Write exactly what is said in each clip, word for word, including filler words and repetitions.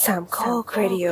สามข้อครดิโอ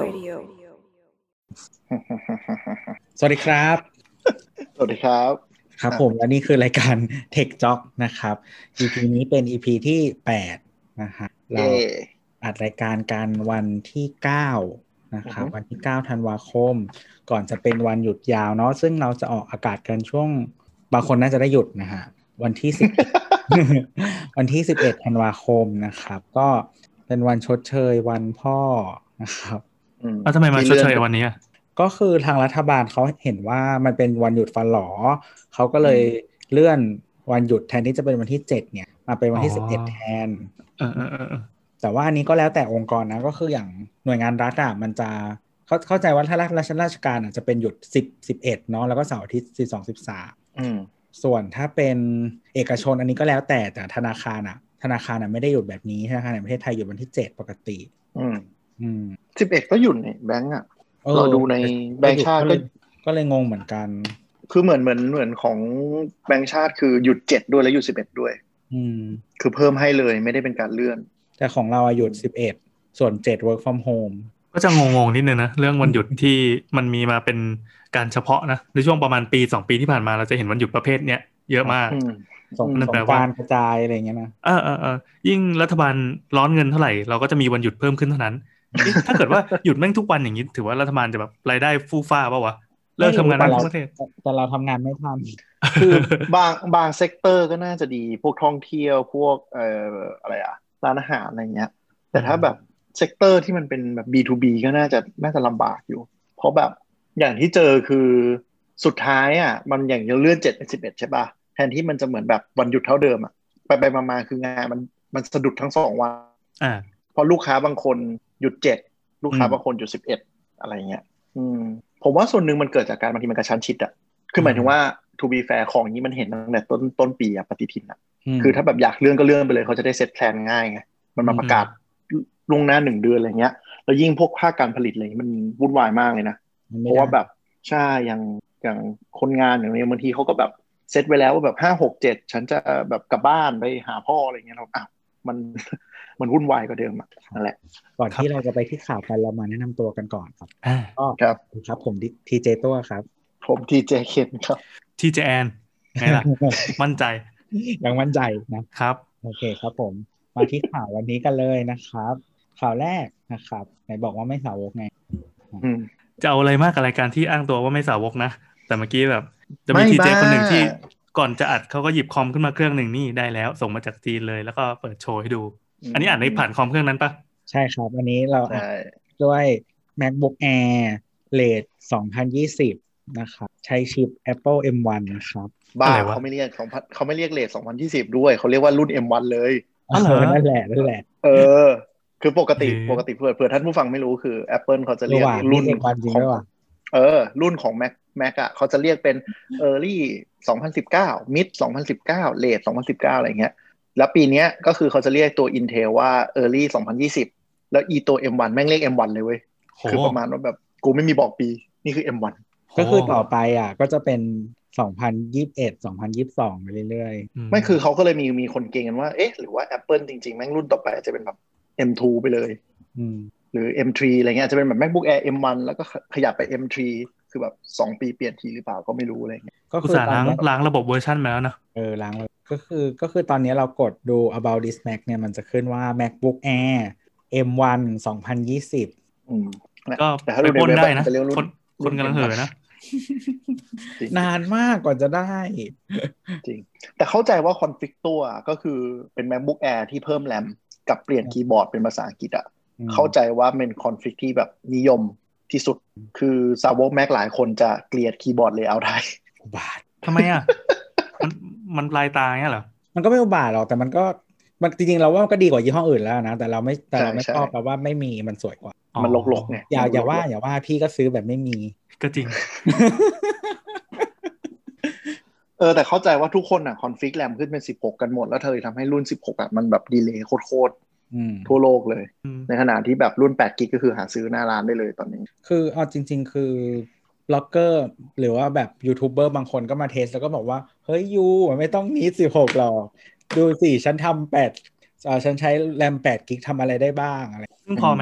สวัสดีครับสวัสดีครับครับผมและนี่คือรายการ Tech Jock นะครับ อี พี นี้เป็น อี พี ที่แปดนะฮะเราอัดรายการกันวันที่เก้านะครับวันที่เก้าธันวาคมก่อนจะเป็นวันหยุดยาวเนาะซึ่งเราจะออกอากาศกันช่วงบางคนน่าจะได้หยุดนะฮะวันที่สิบ วันที่สิบเอ็ดธันวาคมนะครับก็เป็นวันชดเชยวันพ่อนะครับอืมแล้วทำไมมาชดเชยวันนี้อ่ะก็คือทางรัฐบาลเขาเห็นว่ามันเป็นวันหยุดฟันหลอเขาก็เลยเลื่อนวันหยุดแทนที่จะเป็นวันที่เจ็ดเนี่ยมาเป็นวันที่สิบเอ็ดแทนเออๆๆแต่ว่าอันนี้ก็แล้วแต่องค์กรนะก็คืออย่างหน่วยงานรัฐอ่ะมันจะเข้าเข้าใจว่าถ้าราชราชการอ่ะจะเป็นหยุดสิบ สิบเอ็ดเนาะแล้วก็เสาร์อาทิตย์สิบสอง สิบสามอืมส่วนถ้าเป็นเอกชนอันนี้ก็แล้วแต่แต่ธนาคารอ่ะธนาคารอ่ะไม่ได้หยุดแบบนี้ธนาคารในประเทศไทยหยุดวันที่เจ็ดปกติอืมอืมสิบเอ็ดก็หยุดนี่แบงก์อ่ะเราดูในแบงก์ชาติก็ก็เลยงงเหมือนกันคือเหมือนเหมือนเหมือนของแบงก์ชาติคือหยุดเจ็ดด้วยแล้วหยุดสิบเอ็ดด้วยอืมคือเพิ่มให้เลยไม่ได้เป็นการเลื่อนแต่ของเราหยุดสิบเอ็ดส่วนเจ็ด work from home ก็จะงงๆนิดนึงนะเรื่องวันหยุดที่มันมีมาเป็นการเฉพาะนะในช่วงประมาณปีสองปีที่ผ่านมาเราจะเห็นวันหยุดประเภทเนี้ยเยอะมากสงกรานต์กระจายอะไรอย่างเงี้ยนะเออๆๆยิ่งรัฐบาลร้อนเงินเท่าไหร่เราก็จะมีวันหยุดเพิ่มขึ้นเท่านั้น ถ้าเกิดว่าหยุดแม่งทุกวันอย่างนี้ถือว่ารัฐบาลจะแบบรายได้ฟู่ฟ้าป่าววะเลิกทำงานทั้งประเทศแต่เราทำงานไม่ทันคือบางบางเซกเตอร์ก็น่าจะดีพวกท่องเที่ยวพวกเอ่ออะไรอะร้านอาหารอะไรเงี้ยแต่ถ้าแบบเซกเตอร์ที่มันเป็นแบบ บี ทู บี ก็น่าจะน่าจะลำบากอยู่เพราะแบบอย่างที่เจอคือสุดท้ายอ่ะมันอย่างจะเลื่อนเจ็ดเป็นสิบเอ็ดใช่ป่ะแทนที่มันจะเหมือนแบบวันหยุดเท่าเดิมอ่ะไปไปมาๆคืองานมันมันสะดุดทั้งสองวันอ่าเพราะลูกค้าบางคนหยุดเจ็ดลูกค้าบางคนหยุดสิบเอ็ดอะไรเงี้ยอืมผมว่าส่วนหนึ่งมันเกิดจากการบางทีมันกระชั้นชิดอ่ะคือหมายถึงว่า to be fair ของนี้มันเห็นตั้งแต่ต้นต้นปีอ่ะปฏิทินอ่ะคือถ้าแบบอยากเลื่อนก็เลื่อนไปเลยเขาจะได้เซตแพลนง่ายไงมันมาประกาศล่วงหน้าหนึ่งเดือนอะไรเงี้ยแล้วยิ่งพวกภาคการผลิตอะไรมันวุ่นวายมากเลยนะเพราะว่าแบบใช่อย่างอย่างคนงานอย่างนี้บางทีเขาก็แบบเซตไว้แล้วว่าแบบห้าหกเจ็ดฉันจะแบบกลับบ้านไปหาพ่ออะไรเงี้ยเราอ้าวมันมันวุ่นวายกว่าเดิมอ่ะนั่นแหละก่อนที่เราจะไปที่ข่าวกันเรามาแนะนำตัวกันก่อนครับก็ครับครับผมทีเจตัวครับผมทีเจเคนครับทีเจแอนไงล่ะมั่นใจยังมั่นใจนะครับโอเคครับผมมาที่ข่าววันนี้กันเลยนะครับข่าวแรกนะครับไหนบอกว่าไม่สาวกไงจะเอาอะไรมากกับรายการที่อ้างตัวว่าไม่สาวกนะแต่เมื่อกี้แบบจะมีทีเจคนหนึ่งที่ก่อนจะอัดเขาก็หยิบคอมขึ้นมาเครื่องหนึ่งนี่ได้แล้วส่งมาจากจีนเลยแล้วก็เปิดโชว์ให้ดูอันนี้อ่านในผ่านคอมเครื่องนั้นปะใช่ครับอันนี้เราอัดด้วย MacBook Air เรทสองพันยี่สิบนะครับใช้ชิป Apple เอ็ม วัน นะครับบ้าเขาไม่เรียกสองพันเขาไม่เรียกเรทสองพันยี่สิบด้วยเขาเรียกว่ารุ่น เอ็ม วัน เลยอ๋อนั่นแหละนั่นแหละเออคือปกติปกติเผื่อเผื่อท่านผู้ฟังไม่รู้คือ Apple เขาจะเรียกรุ่นของเออรุ่นของ Mac Mac อ่ะเขาจะเรียกเป็น Early สองพันสิบเก้า Mid สองพันสิบเก้า Late สองพันสิบเก้าอะไรเงี้ยแล้วปีเนี้ยก็คือเขาจะเรียกตัว Intel ว่า Early สองพันยี่สิบแล้วอีตัว เอ็ม วัน แม่งเรียก เอ็ม วัน เลยเว้ยคือประมาณว่าแบบกูไม่มีบอกปีนี่คือ เอ็ม วันก็คือต่อไปอ่ะก็จะเป็นสองพันยี่สิบเอ็ด สองพันยี่สิบสองไปเรื่อยๆไม่คือเขาก็เลยมีมีคนเก่งกันว่าเอ๊ะหรือว่า Apple จริงๆแม่งรุ่นต่อไปอาจจะเป็นแบบ เอ็ม ทู ไปเลยอืมหรือ เอ็ม ทรี อะไรเงี้ยจะเป็นแบบ MacBook Air เอ็ม วัน แล้วก็ขยับไป เอ็ม ทรี คือแบบสองปีเปลี่ยนทีหรือเปล่าก็ไม่รู้อะไรเงี้ยก็คือล้างล้างระบบเวอร์ชันมาแล้วนะเออล้างเลยก็คือก็คือตอนนี้เรากดดู about this Mac เนี่ยมันจะขึ้นว่า MacBook Air เอ็ม วัน สองพันยี่สิบอืมก็ไปปล้นได้นะคนคนกำลังเห่อนะนานมากกว่าจะได้จริงแต่เข้าใจว่าคอนฟิกตัวก็คือเป็น MacBook Air ที่เพิ่มแรมกับเปลี่ยนคีย์บอร์ดเป็นภาษาอังกฤษอ่ะเข้าใจว่าเป็นคอนฟิกที่แบบนิยมที่สุดคือสาวก Mac หลายคนจะเกลียดคีย์บอร์ดเลเยอร์ไทยบาททำไมอ่ะมันมันปลายตาเงี้ยเหรอมันก็ไม่บาทหรอกแต่มันก็มันจริงๆเราว่ามันก็ดีกว่ายี่ห้ออื่นแล้วนะแต่เราไม่แต่เราไม่ชอบเพราะว่าไม่มีมันสวยกว่ามันลกๆไงอย่าอย่าว่าอย่าว่าพี่ก็ซื้อแบบไม่มีก็จริงเออแต่เข้าใจว่าทุกคนอ่ะคอนฟิกแรมขึ้นเป็นสิบหกกันหมดแล้วเธอทำให้รุ่นสิบหกอ่ะมันแบบดีเลย์โคตรๆทั่วโลกเลยในขณะที่แบบรุ่นแปดกิกก็คือหาซื้อหน้าร้านได้เลยตอนนี้คือเอาจริงๆคือบล็อกเกอร์หรือว่าแบบยูทูบเบอร์บางคนก็มาเทสแล้วก็บอกว่าเฮ้ยยูมันไม่ต้องนี้สิบหกหรอกดูสิฉันทำแปดอ่าฉันใช้แรมแปดกิกทำอะไรได้บ้างอะไรพอไหม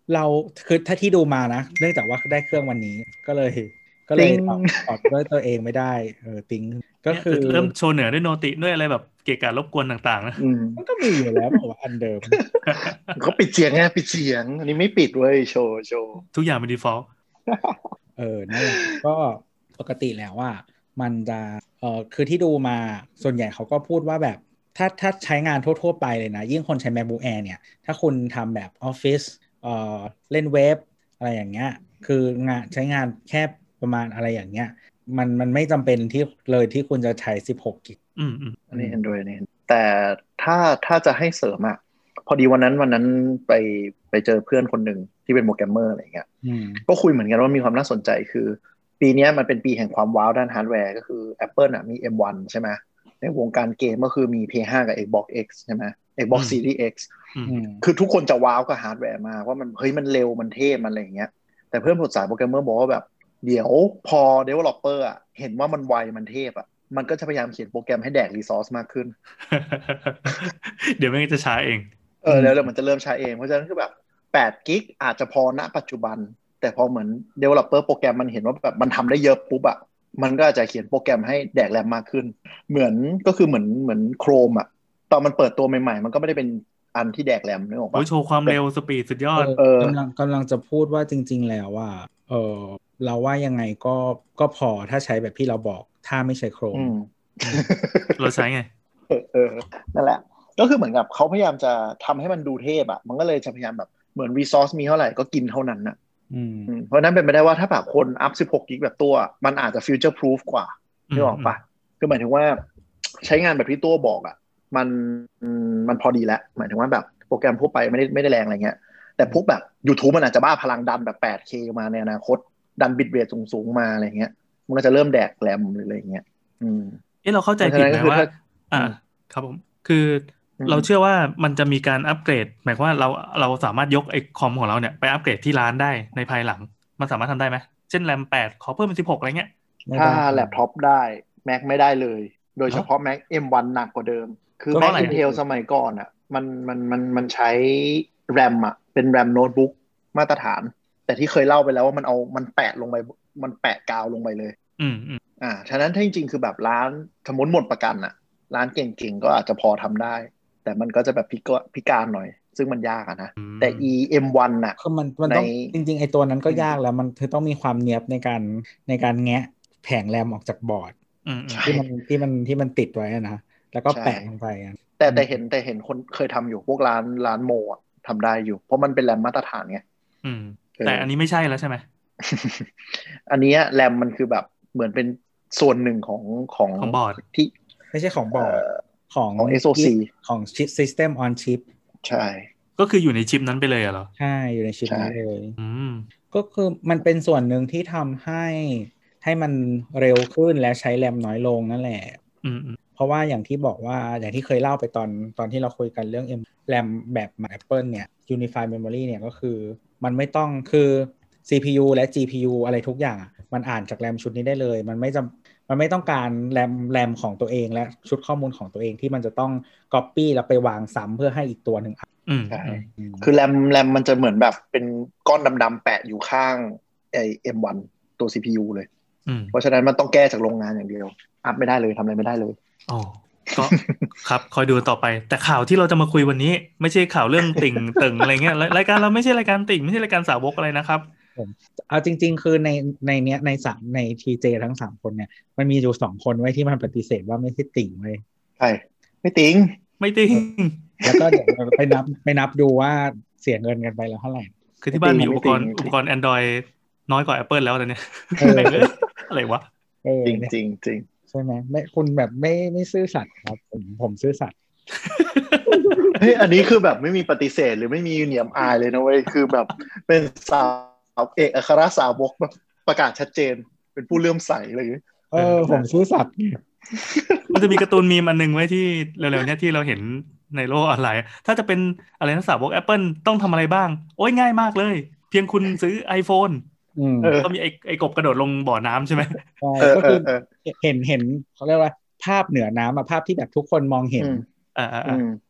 เราคือถ้าที่ดูมานะเนื่องจากว่าได้เครื่องวันนี้ก็เลยก็เลยตอบด้วยตัวเองไม่ได้เออติ้งก็คือเริ่มโชว์เหนือด้วยโนติด้วยอะไรแบบเกะกะรบกวนต่างๆนะมันก็มีอยู่แล้วบอกว่าอันเดิมเขาปิดเสียงไงปิดเสียงอันนี้ไม่ปิดเว้ยโชว์โชว์ทุกอย่างเป็น default เออนั่นแหละก็ปกติแล้วว่ามันจะเออคือที่ดูมาส่วนใหญ่เขาก็พูดว่าแบบถ้าถ้าใช้งานทั่วๆไปเลยนะยิ่งคนใช้ MacBook Air เนี่ยถ้าคุณทำแบบ Office เอ่อเล่นเว็บอะไรอย่างเงี้ยคืองานใช้งานแค่ประมาณอะไรอย่างเงี้ยมันมันไม่จำเป็นที่เลยที่คุณจะใช้สิบหกกิกอืมอืมอันนี้เห็นด้วยนี่แต่ถ้าถ้าจะให้เสริมอ่ะพอดีวันนั้นวันนั้นไปไปเจอเพื่อนคนหนึ่งที่เป็นโปรแกรมเมอร์อะไรเงี้ยก็คุยเหมือนกันว่ามีความน่าสนใจคือปีนี้มันเป็นปีแห่งความว้าวด้านฮาร์ดแวร์ก็คือ Apple อ่ะมี เอ็ม วัน ใช่ไหมในวงการเกมก็คือมี พี เอส ไฟว์ กับ Xbox X ใช่ไหม Xbox Series X คือทุกคนจะว้าวกับฮาร์ดแวร์มากว่ามันเฮ้ยมันเร็วมันเท่มันอะไรอย่างเงี้ยแต่เพื่อนผมสายโปรแกรมเมอร์บอกว่าแบบเดี๋ยวพอ developer อ่ะเห็นว่ามันไวมันเทพอ่ะมันก็จะพยายามเขียนโปรแกรมให้แดกรีซอสมากขึ้นเดี๋ยวมันจะช้าเองเออแล้วเดี๋ยวมันจะเริ่มช้าเองเพราะฉะนั้นคือแบบแปดกิกอาจจะพอณปัจจุบันแต่พอเหมือน developer โปรแกรมมันเห็นว่าแบบมันทำได้เยอะปุ๊บอ่ะมันก็อาจจะเขียนโปรแกรมให้แดกแรมมากขึ้นเหมือนก็คือเหมือนเหมือน Chrome อ่ะตอนมันเปิดตัวใหม่ๆมันก็ไม่ได้เป็นอันที่แดกแรมนึกออกปะโอ้ยโชว์ความเร็วสปีดสุดยอดเออกำลังกำลังจะพูดว่าจริงๆแล้วว่าเออเราว่ายังไงก็ก็พอถ้าใช้แบบที่เราบอกถ้าไม่ใช้โครมเราใช้ไงเออนั่นแหละก็คือเหมือนกับเขาพยายามจะทำให้มันดูเทพอ่ะมันก็เลยจะพยายามแบบเหมือนรีซอสมีเท่าไหร่ก็กินเท่านั้นน่ะเพราะนั้นเป็นไปได้ว่าถ้าแบบคนอัพสิบหกกิกแบบตัวมันอาจจะฟิวเจอร์พรูฟกว่านึกออกปะคือหมายถึงว่าใช้งานแบบที่ตัวบอกอ่ะมันมันพอดีแล้วหมายถึงว่าแบบโปรแกรมทั่วไปไม่ได้ไม่ได้แรงอะไรเงี้ยแต่พวกแบบ YouTube มันอาจจะบ้าพลังดันแบบ แปดเค มาในอนาคตดันบิตเรทสูงๆมาอะไรเงี้ยมันก็จะเริ่มแดกแรมหรืออะไรเงี้ยอืมเอ๊ะเราเข้าใจผิดไหมว่าอ่าครับผมคือเราเชื่อว่ามันจะมีการอัปเกรดหมายความว่าเราเราสามารถยกไอ้คอมของเราเนี่ยไปอัปเกรดที่ร้านได้ในภายหลังมันสามารถทำได้ไหมเช่นแรมแปดขอเพิ่มเป็นสิบหกอะไรเงี้ยถ้าแล็ปท็อปได้ Mac ไม่ได้เลยโดยเฉพาะ Mac เอ็ม วัน หนักกว่าเดิมคือ Mac Intel สมัยก่อนอ่ะมันมันมันมันใช้แรมอ่ะเป็นแรมโน้ตบุ๊กมาตรฐานแต่ที่เคยเล่าไปแล้วว่ามันเอามันแปะลงไปมันแปะกาวลงไปเลยอืมอืมอ่าฉะนั้นถ้าจริงๆคือแบบร้านสมมติหมดประกันอ่ะร้านเก่งๆก็อาจจะพอทำได้แต่มันก็จะแบบพิกพิการหน่อยซึ่งมันยากอะนะแต่ อี เอ็ม วัน น่ะคือมันมันต้องจริงๆไอ้ตัวนั้นก็ยากแล้วมันคือต้องมีความเนียบในการในการแงะแผงแรมออกจากบอร์ดที่มันที่มันที่มันติดไว้นะแล้วก็แปะลงไปแต่แต่เห็นแต่เห็นคนเคยทำอยู่พวกร้านร้านโมอ่ะทำได้อยู่เพราะมันเป็นแรมมาตรฐานไงอืมแต่อันนี้ไม่ใช่แล้วใช่ไหมอันนี้แรมมันคือแบบเหมือนเป็นส่วนหนึ่งของของของบอร์ดที่ไม่ใช่ของบอร์ดของของ เอส โอ ซีของ chip system on chip ใช่ก็คืออยู่ในชิปนั้นไปเลยเหรอใช่อยู่ในชิปนั้นเลยอืมก็คือมันเป็นส่วนหนึ่งที่ทำให้ให้มันเร็วขึ้นและใช้แรมน้อยลงนั่นแหละอืมเพราะว่าอย่างที่บอกว่าอย่างที่เคยเล่าไปตอนตอนที่เราคุยกันเรื่อง M แรมแบบ Apple เนี่ย Unified Memory เนี่ยก็คือมันไม่ต้องคือ ซี พี ยู และ จี พี ยู อะไรทุกอย่างมันอ่านจากแรมชุดนี้ได้เลยมันไม่จำมันไม่ต้องการแรมแรมของตัวเองและชุดข้อมูลของตัวเองที่มันจะต้อง copy แล้วไปวางซ้ำเพื่อให้อีกตัวหนึ่งอ่ะใช่คือแรมแรมมันจะเหมือนแบบเป็นก้อนดำๆแปะอยู่ข้างไอ้ เอ็ม วัน ตัว ซี พี ยู เลยเพราะฉะนั้นมันต้องแก้จากโรงงานอย่างเดียวอัพไม่ได้เลยทำอะไรไม่ได้เลยอ๋อก็ครับคอยดูต่อไปแต่ข่าวที่เราจะมาคุยวันนี้ไม่ใช่ข่าวเรื่องติ่งตึงอะไรเงี้ยรายการเราไม่ใช่รายการติ่งไม่ใช่รายการสาวกอะไรนะครับผมเอาจริงๆคือในในเนี้ยในสามใน ที เจ ทั้งสามคนเนี่ยมันมีอยู่สองคนไว้ที่มันปฏิเสธว่าไม่ใช่ติ่งเว้ยใช่ไม่ติ่งไม่ติ่งแล้วก็เดี๋ยวไปนับไปนับดูว่าเสียเงินกันไปแล้วเท่าไหร่คือที่บ้านมีอุปกรณ์อุปกรณ์ Android น้อยกว่า Apple แล้วตอนนี้อะไรวะจริงจริงจริงใช่ไหมไม่คุณแบบไม่ไม่ซื่อสัตย์ครับผมผมซื่อสัตย์เฮ้ยอันนี้คือแบบไม่มีปฏิเสธหรือไม่มีเหนียมอายเลยนะเว้ยคือแบบเป็นสาวเอกอัครสาวกแบบประกาศชัดเจนเป็นผู้เลื่อมใสเลยเออผมซื่อสัตย์มันจะมีการ์ตูนมีมอันนึงไว้ที่เร็วๆเนี้ยที่เราเห็นในโลกออนไลน์ถ้าจะเป็นอะไรนะสาวก Apple ต้องทำอะไรบ้างโอ้ยง่ายมากเลยเพียงคุณซื้อ iPhone ก็มีไอ้ไอ้กบกระโดดลงบ่อน้ำใช่ไหมก็คือเห็นเห็นเขาเรียกว่าภาพเหนือน้ำอะภาพที่แบบทุกคนมองเห็นอ่า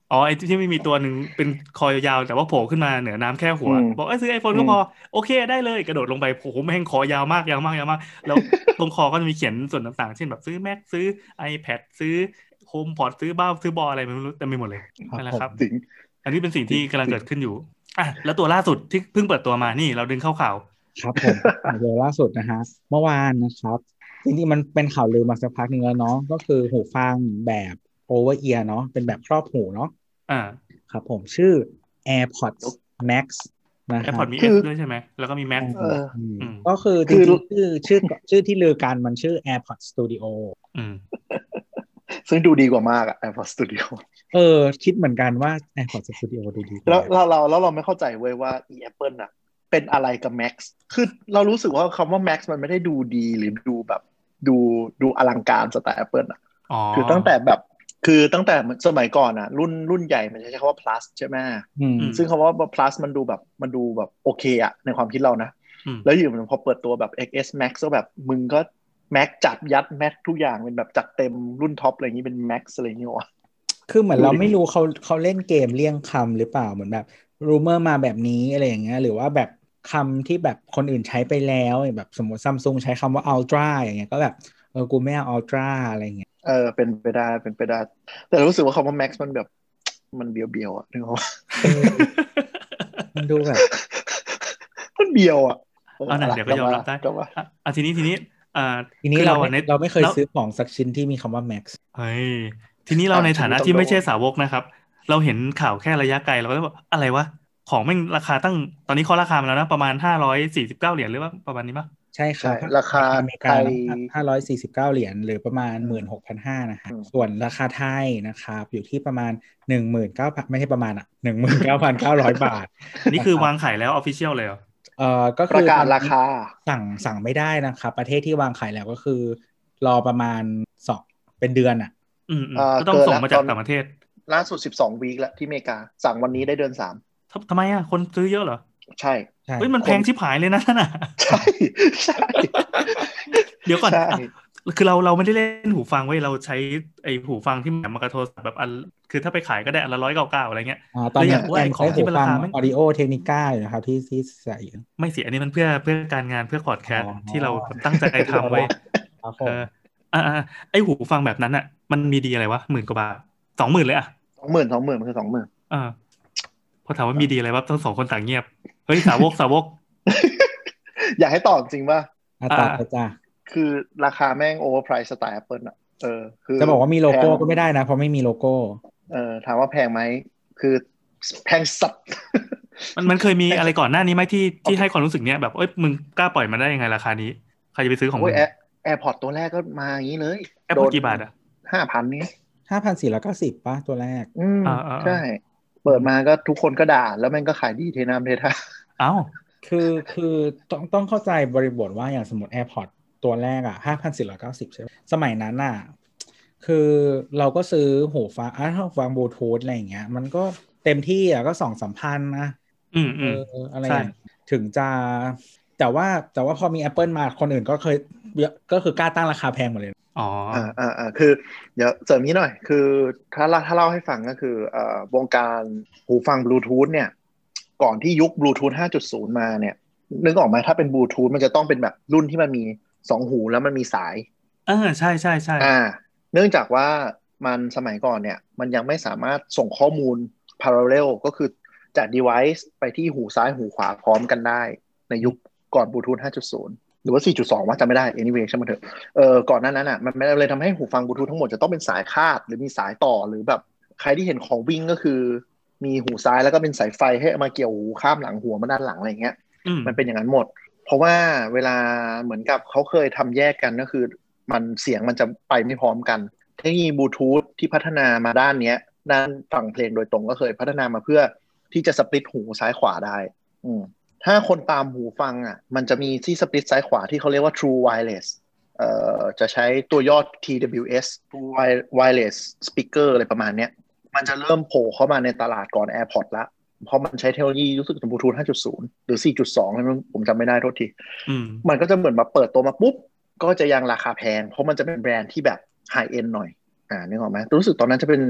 อ๋อไอ้ที่ไม่มีตัวหนึ่งเป็นคอยาวแต่ว่าโผล่ขึ้นมาเหนือน้ำแค่หัวบอกไอ้ซื้อ iPhone ก็พอโอเคได้เลยกระโดดลงไปโอ้โหแม่งคอยาวมากยาวมากยาวมากแล้วตรงคอก็จะมีเขียนส่วนต่างๆเช่นแบบซื้อ Mac ซื้อ iPad ซื้อ HomePod ซื้อบ้าซื้อบออะไรไม่รู้เต็มไปหมดเลยนั่นแหละครับอันนี้เป็นสิ่งที่กำลังเกิดขึ้นอยู่อ่ะแล้วตัวล่าสุดที่เพิ่งเปิดตัวมานี่เราดึงเข้าข่าวครับผมตัวล่าสุดนะฮะเมื่อวานนะครับจริงๆมันเป็นข่าวลือมาสักพักนึงแล้วเนาะก็คือหูฟังแบบ over ear เนาะเป็นแบบครอบหูเนาะอ่าครับผมชื่อ AirPods Max นะครับ AirPods มี S ด้วยใช่ไหมแล้วก็มี Max ก็คือจริงๆชื่อชื่อชื่อที่ลือกันมันชื่อ AirPods Studio อืมซึ่งดูดีกว่ามากอะ AirPods Studio เออคิดเหมือนกันว่า AirPods Studio ดูดีแล้วเราเราแล้วเราไม่เข้าใจเว้ยว่า Apple น่ะเป็นอะไรกับ Max คือเรารู้สึกว่าคำว่า Max มันไม่ได้ดูดีหรือดูแบบดูดูอลังการสไตล์ Apple อ่ะคือตั้งแต่แบบคือตั้งแต่สมัยก่อนอ่ะรุ่นรุ่นใหญ่มันจะใช้คำว่า plus ใช่ไหมซึ่งคำว่า plus มันดูแบบมันดูแบบโอเคอ่ะในความคิดเรานะแล้วอยู่มันพอเปิดตัวแบบ เอ็กซ์ เอส Max ก็แบบมึงก็ Max จัดยัด Max ทุกอย่างเป็นแบบจัดเต็มรุ่นท็อปอะไรอย่างนี้เป็น Max อะไรอย่างเงี้ยวะคือเหมือนเราไม่รู้เขาเขาเล่นเกมเลี่ยงคำหรือเปล่าเหมือนแบบรูเมอร์มาแบบนี้อะไรอย่างเงี้ยหรือว่าแบบคำที่แบบคนอื่นใช้ไปแล้วแบบสมมติซัมซุงใช้คำว่า Ultra อย่างเงี้ยก็แบบเออกูไม่เอา Ultra อะไรเงี้ยเออเป็นไปได้เป็นไปได้แต่รู้สึกว่าคำว่า Max มันแบบมันเบียวเบียวอ่ะนึกออกมันดูแบบมันเบียวอ่ะเอาหน่ะเดี๋ยวก็ยอมรับได้อ่ะทีนี้ทีนี้อ่าทีนี้เราเราไม่เคยซื้อของสักชิ้นที่มีคำว่า Max เฮ้ยทีนี้เราในฐานะที่ไม่ใช่สาวกนะครับเราเห็นข่าวแค่ระยะไกลเราก็เลยบอกอะไรวะของแม่งราคาตั้งตอนนี้เขาราคามาแล้วนะประมาณห้าร้อยสี่สิบเก้าเหรียญหรือว่าประมาณนี้ป่ะใช่ครับราคาอเมริกาห้าร้อยสี่สิบเก้าเหรียญหรือประมาณ หนึ่งหมื่นหกพันห้าร้อย นะฮะส่วนราคาไทยนะครับอยู่ที่ประมาณ หนึ่งหมื่นเก้าพัน ไม่ใช่ประมาณอ่ะ หนึ่งหมื่นเก้าพันเก้าร้อย บาทนี่คือวางขายแล้ว official เลยเหรอเอ่อก็คือประกาศราคาสั่งสั่งไม่ได้นะครับประเทศที่วางขายแล้วก็คือรอประมาณสองเป็นเดือนอ่ะอืมๆก็ต้องส่งมาจากต่างประเทศล่าสุดสิบสองวีคแล้วที่อเมริกาสั่งวันนี้ได้เดือนสามทำไมอ่ะคนซื้อเยอะเหรอใช่เฮ้ยมันแพงชิบหายเลยนะนั่นน่ะใช่ใช่เดี๋ยวก่อนคือเราเราไม่ได้เล่นหูฟังเว้ยเราใช้ไอ้หูฟังที่แหมมากระโทรศัพท์แบบอันคือถ้าไปขายก็ได้อันละร้อยเก้าเก้าอะไรเงี้ยอ่าตอนนี้แอนใช้หูฟัง Audio Technica อยู่นะครับที่ที่ใส่ไม่สิอันนี้มันเพื่อเพื่อการงานเพื่อพอดแคสต์ที่เราตั้งใจทำไว้เอออ่าไอ้หูฟังแบบนั้นอ่ะมันมีดีอะไรวะหมื่นกว่าบาทสองหมื่นเลยอ่ะสองหมื่นสองหมื่นมันคือสองหมื่นอ่าพอถามว่ามีดีอะไรวะทั้งสองคนต่างเงียบเฮ้ยสาวกสาวกอยากให้ตอบจริงป่ะตอบไปจ้าคือราคาแม่งโอเวอร์ไพรส์สไตล์ Apple อ่ะเออคือจะบอกว่ามีโลโก้ก็ไม่ได้นะเพราะไม่มีโลโก้เออถามว่าแพงไหมคือแพงสัตว์มันมันเคยมีอะไรก่อนหน้านี้ไหมที่ที่ให้ความรู้สึกเนี้ยแบบเอ้ยมึงกล้าปล่อยมาได้ยังไงราคานี้ใครจะไปซื้อของมึงแอร์แอร์พอร์ตตัวแรกก็มาอย่างนี้เลยแอร์พอร์ตกี่บาทอ่ะห้าพันนี้ห้าพันสี่ร้อยเก้าสิบป่ะตัวแรกอืมใช่เปิดมาก็ทุกคนก็ด่าแล้วมันก็ขายดีเทน้ำเทท่าเอ้าคือคือต้องต้องเข้าใจบริบทว่าอย่างสมมติ AirPods ตัวแรกอ่ะห้าพันสี่ร้อยเก้าสิบใช่ไหมสมัยนั้นน่ะคือเราก็ซื้อหูฟังอ่ะหูฟังบลูทูธอะไรอย่างเงี้ยมันก็เต็มที่อ่ะก็สองสามพันนะอืมอืมอะไรอย่างถึงจะแต่ว่าแต่ว่าพอมี Apple มาคนอื่นก็เคยก็คือกล้าตั้งราคาแพงหมดเลยอ๋ออ่าอ่าอ่าคือเดี๋ยวเสริมนี้หน่อยคือถ้าถ้าเล่าให้ฟังก็คือเอ่อวงการหูฟังบลูทูธเนี่ยก่อนที่ยุคบลูทูธ ห้าจุดศูนย์ มาเนี่ยนึกออกไหมถ้าเป็นบลูทูธมันจะต้องเป็นแบบรุ่นที่มันมีสองหูแล้วมันมีสายอ่าใช่ใช่ใช่อ่าเนื่องจากว่ามันสมัยก่อนเนี่ยมันยังไม่สามารถส่งข้อมูล parallel ก็คือจาก device ไปที่หูซ้ายหูขวาพร้อมกันได้ในยุคก่อนบลูทูธ ห้าจุดศูนย์ หรือว่า สี่จุดสอง ว่าจำไม่ได้ anyway ใช่ไหมเถอะเออก่อนหน้านั้นอ่ะมันไม่เลยทำให้หูฟังบลูทูธทั้งหมดจะต้องเป็นสายคาดหรือมีสายต่อหรือแบบใครที่เห็นของวิ่งก็คือมีหูซ้ายแล้วก็เป็นสายไฟให้มาเกี่ยวหูข้ามหลังหัวมาด้านหลังอะไรเงี้ยมันเป็นอย่างนั้นหมดเพราะว่าเวลาเหมือนกับเขาเคยทำแยกกันก็คือมันเสียงมันจะไปไม่พร้อมกันเทคโนโลยีบลูทูธที่พัฒนามาด้านเนี้ยด้านฝั่งเพลงโดยตรงก็เคยพัฒนามาเพื่อที่จะสปลิตหูซ้ายขวาได้อืมถ้าคนตามหูฟังอ่ะมันจะมีที่สปลิตซ้ายขวาที่เขาเรียกว่า True Wireless เอ่อจะใช้ตัวยอด ที ดับเบิลยู เอส True Wireless Speaker อะไรประมาณเนี้ยมันจะเริ่มโผล่เข้ามาในตลาดก่อน AirPods ละเพราะมันใช้เทคโนโลยีรู้สึกเป็นบลูทูธ ห้าจุดศูนย์ หรือ สี่จุดสอง ผมจำไม่ได้โทษทีมันก็จะเหมือนมาเปิดตัวมาปุ๊บก็จะยังราคาแพงเพราะมันจะเป็นแบรนด์ที่แบบไฮเอ็นด์หน่อยอ่านึกออกไหมรู้สึกตอนนั้นจะเป็น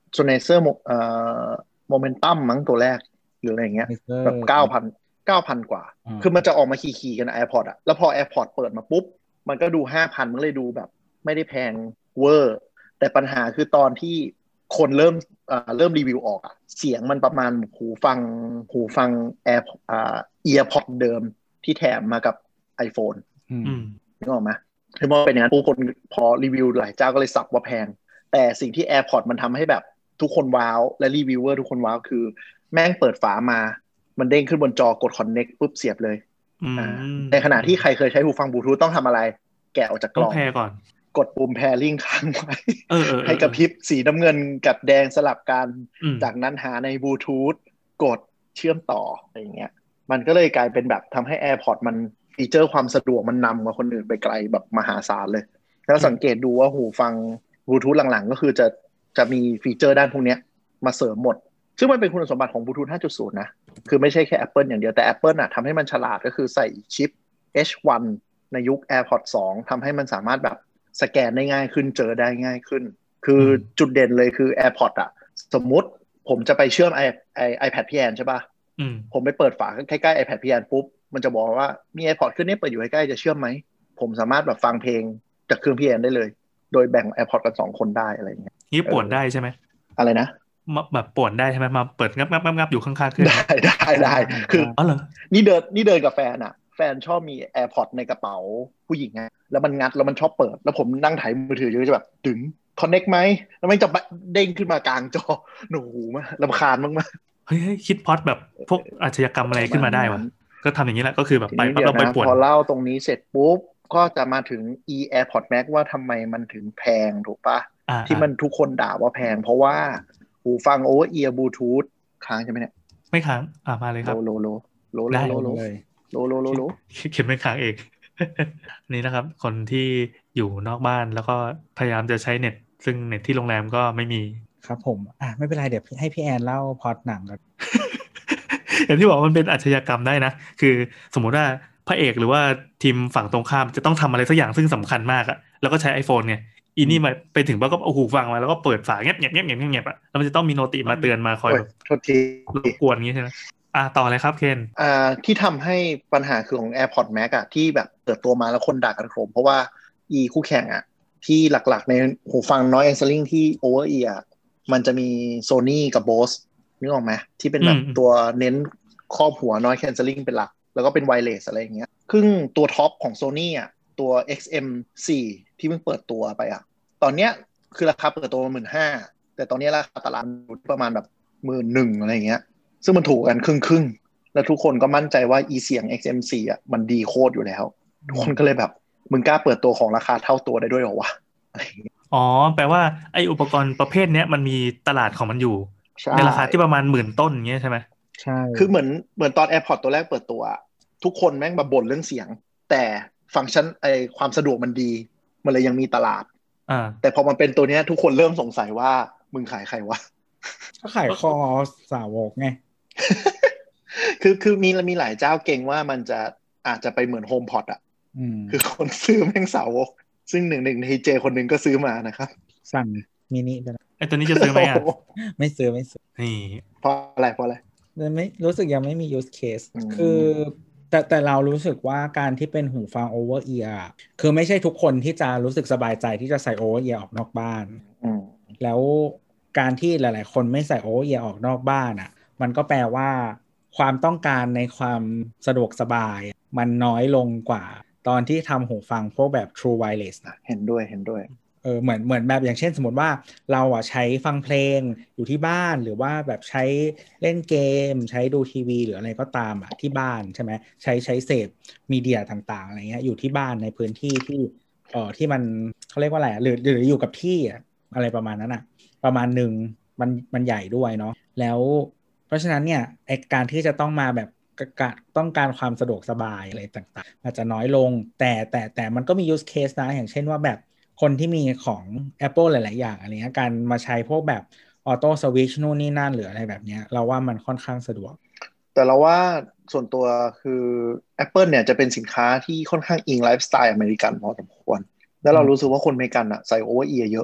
โซเนเซอร์เอ่อโมเมนตัมมั้งตัวแรกหรืออะไรอย่างเงี้ยแบบเก้าพันเก้าพันกว่าคือมันจะออกมาขี่ๆกัน AirPods อ่ะแล้วพอ AirPods เปิดมาปุ๊บมันก็ดู ห้าพัน มันเลยดูแบบไม่ได้แพงเวอร์แต่ปัญหาคือตอนที่คนเริ่มเอ่อเริ่มรีวิวออกอ่ะเสียงมันประมาณหูฟังหูฟัง Air อ่า EarPods เดิมที่แถมมากับ iPhone อืมนึกออกไหมคือพอเป็นอย่างนั้นผู้คนพอรีวิวหลายเจ้าก็เลยสับว่าแพงแต่สิ่งที่ AirPods มันทำให้แบบทุกคนว้าวและรีวิวเวอร์ทุกคนว้าวคือแม่งเปิดฝามามันเด้งขึ้นบนจอกด Connect ปุ๊บเสียบเลยอ่าในขณะที่ใครเคยใช้หูฟังบลูทูธต้องทำอะไรแกะออกจากกล่องแพร์ก่อนกดปุ่ม pairing ค้างไว้เออๆๆให้กระพริบสีน้ำเงินกับแดงสลับกันจากนั้นหาในบลูทูธกดเชื่อมต่ออะไรอย่างเงี้ยมันก็เลยกลายเป็นแบบทำให้ AirPods มันฟีเจอร์ความสะดวกมันนำกว่าคนอื่นไปไกลแบบมหาศาลเลยแล้วสังเกตดูว่าหูฟังบลูทูธหลังๆก็คือจะจะมีฟีเจอร์ด้านพวกนี้มาเสริมหมดซึ่งมันเป็นคุณสมบัติของบลูทูธ ห้าจุดศูนย์ นะคือไม่ใช่แค่ Apple อย่างเดียวแต่ Apple น่ะทำให้มันฉลาดก็คือใส่ชิป เอช วัน ในยุค AirPods สองทำให้มันสามารถแบบสแกนได้ง่ายขึ้นเจอได้ง่ายขึ้นคือจุดเด่นเลยคือ AirPods อ่ะสมมุติผมจะไปเชื่อม ไอ ไอ iPad พี่แอนใช่ป่ะผมไปเปิดฝาใกล้ๆ iPad พี่แอนปุ๊บมันจะบอกว่ามี AirPods ขึ้นนี่เปิดอยู่ใกล้ๆจะเชื่อมไหมผมสามารถแบบฟังเพลงจากเครื่องพี่แอนได้เลยโดยแบ่ง AirPods กันสองคนได้อะไรอย่างเงี้ยนี่ป่วนได้ใช่ไหมอะไรนะแบบป่วนได้ใช่ไหมมาเปิดงับงับงับงับอยู่ข้างๆเครื่องได้ได้ได้คืออ๋อเหรอนี่เดินนี่เดินกับแฟนอ่ะแฟนชอบมี AirPods ในกระเป๋าผู้หญิงไงแล้วมันงัดแล้วมันชอบเปิดแล้วผมนั่งถ่ายมือถืออยู่จะแบบถึง connect ไหมแล้วมันจะเด้งขึ้นมากลางจอหนูหูมากรำคาญมากๆเฮ้ยคิดพอดแบบพวกอาชญากรรมอะไรขึ้นมาได้วะก็ทำอย่างนี้แหละก็คือแบบไปปั๊บเราไปป่วนพอเล่าตรงนี้เสร็จปุ๊บก็จะมาถึง e AirPods Max ว่าทำไมมันถึงแพงถูกปะที่มันทุกคนด่าว่าแพงเพราะว่าหูฟัง over ear Bluetooth ค้างใช่ไหมเนี่ยไม่ค้างอ่ะมาเลยครับโลโลโลโลโลโลเลยโลโลโลโลเขียนไม่ค้างเอง นี่นะครับคนที่อยู่นอกบ้านแล้วก็พยายามจะใช้เน็ตซึ่งเน็ตที่โรงแรมก็ไม่มีครับผมอ่ะไม่เป็นไรเดี๋ยวให้พี่แอนเล่าพล็อตหนังก่อนอย่างที่บอกมันเป็นอาชญากรรมได้นะคือสมมุติว่าพระเอกหรือว่าทีมฝั่งตรงข้ามจะต้องทำอะไรสักอย่างซึ่งสำคัญมากอะแล้วก็ใช้ iPhone ไงอีนี่มาไปถึงว่าก็เอาหูฟังมาแล้วก็เปิดฝาเงียบเงียบเงียบเงียบเงียบอะแล้วมันจะต้องมีโนติมาเตือนมาคอยแบบโทษทีรบกวนงี้ใช่ไหมอ่ะต่อเลยครับเคนอ่าที่ทำให้ปัญหาคือของ AirPods Max อะที่แบบเปิดตัวมาแล้วคนด่ากันโครมเพราะว่าอีคู่แข่งอะที่หลักๆในหูฟัง Noise Cancelling ที่ Over Ear มันจะมี Sony กับ Bose นึกออกไหมที่เป็นแบบตัวเน้นครอบหัว Noise Cancelling เป็นหลักแล้วก็เป็น Wireless อะไรอย่างเงี้ยซึ่งตัวท็อปของ Sony อ่ะตัว เอ็กซ์ เอ็ม โฟร์ ที่เพิ่งเปิดตัวไปอ่ะตอนเนี้ยคือราคาเปิดตัว หนึ่งหมื่นห้าพัน แต่ตอนนี้ราคาตลาดอยู่ประมาณแบบ หนึ่งหมื่นหนึ่งพัน อะไรอย่างเงี้ยซึ่งมันถูกกันครึ่งๆแล้วทุกคนก็มั่นใจว่าอีเสียง เอ็กซ์ เอ็ม โฟร์ อ่ะมันดีโคตรอยู่แล้วทุกคนก็เลยแบบมึงกล้าเปิดตัวของราคาเท่าตัวได้ด้วยเหรอวะอ๋อแปลว่าไอ้อุปกรณ์ประเภทเนี้ยมันมีตลาดของมันอยู่ในราคาที่ประมาณหมื่นต้นอย่างเงี้ยใช่ไหมใช่คือเหมือนเหมือนตอน AirPods ตัวแรกเปิดตัวทุกคนแม่งมาบ่นเรื่องเสียงแต่ฟังก์ชันไอความสะดวกมันดีมันเลยยังมีตลาดอ่าแต่พอมันเป็นตัวเนี้ยทุกคนเริ่มสงสัยว่ามึงขายใครวะก็ขายคอสาวกไงคือคือมีมีหลายเจ้าเก่งว่ามันจะอาจจะไปเหมือนโฮมพอดอ่ะคือคนซื้อแม่งสาวกซึ่งหนึ่งหนึ่งในเจคนหนึ่งก็ซื้อมานะครับสั่งมินิไปแล้วไอตัวนี้จะซื้อไหมอ่ะไม่ซื้อไม่ซื้อนี่เพราะอะไรเพราะอะไรไม่รู้สึกยังไม่มี use case คือแต่แต่เรารู้สึกว่าการที่เป็นหูฟัง over ear คือไม่ใช่ทุกคนที่จะรู้สึกสบายใจที่จะใส่ over ear ออกนอกบ้านแล้วการที่หลายๆคนไม่ใส่ over ear ออกนอกบ้านอ่ะมันก็แปลว่าความต้องการในความสะดวกสบายมันน้อยลงกว่าตอนที่ทำหูฟังพวกแบบ True Wireless เห็นด้วยเห็นด้วยเออเหมือนเหมือนแบบอย่างเช่นสมมติว่าเราอ่ะใช้ฟังเพลงอยู่ที่บ้านหรือว่าแบบใช้เล่นเกมใช้ดูทีวีหรืออะไรก็ตามอ่ะที่บ้านใช่ไหมใช้ใช้เสพมีเดียต่างๆอะไรเงี้ยอยู่ที่บ้านในพื้นที่ที่เออที่มันเขาเรียกว่าอะไรหรือหรืออยู่กับที่อ่ะอะไรประมาณนั้นอ่ะประมาณหนึ่งมันมันใหญ่ด้วยเนาะแล้วเพราะฉะนั้นเนี่ยไอการที่จะต้องมาแบบต้องการความสะดวกสบายอะไรต่างๆอาจจะน้อยลงแต่แต่แต่มันก็มี use case นะอย่างเช่นว่าแบบคนที่มีของ Apple หลายๆอย่างอะไรเงี้ยการมาใช้พวกแบบออโต้สวิตช์นู่นนี่นั่นหรืออะไรแบบเนี้ยเราว่ามันค่อนข้างสะดวกแต่เราว่าส่วนตัวคือ Apple เนี่ยจะเป็นสินค้าที่ค่อนข้างอิงไลฟ์สไตล์อเมริกันพอสมควรแล้วเรารู้สึกว่าคนอเมริกันอะใส่โอเวอร์เอียร์เยอะ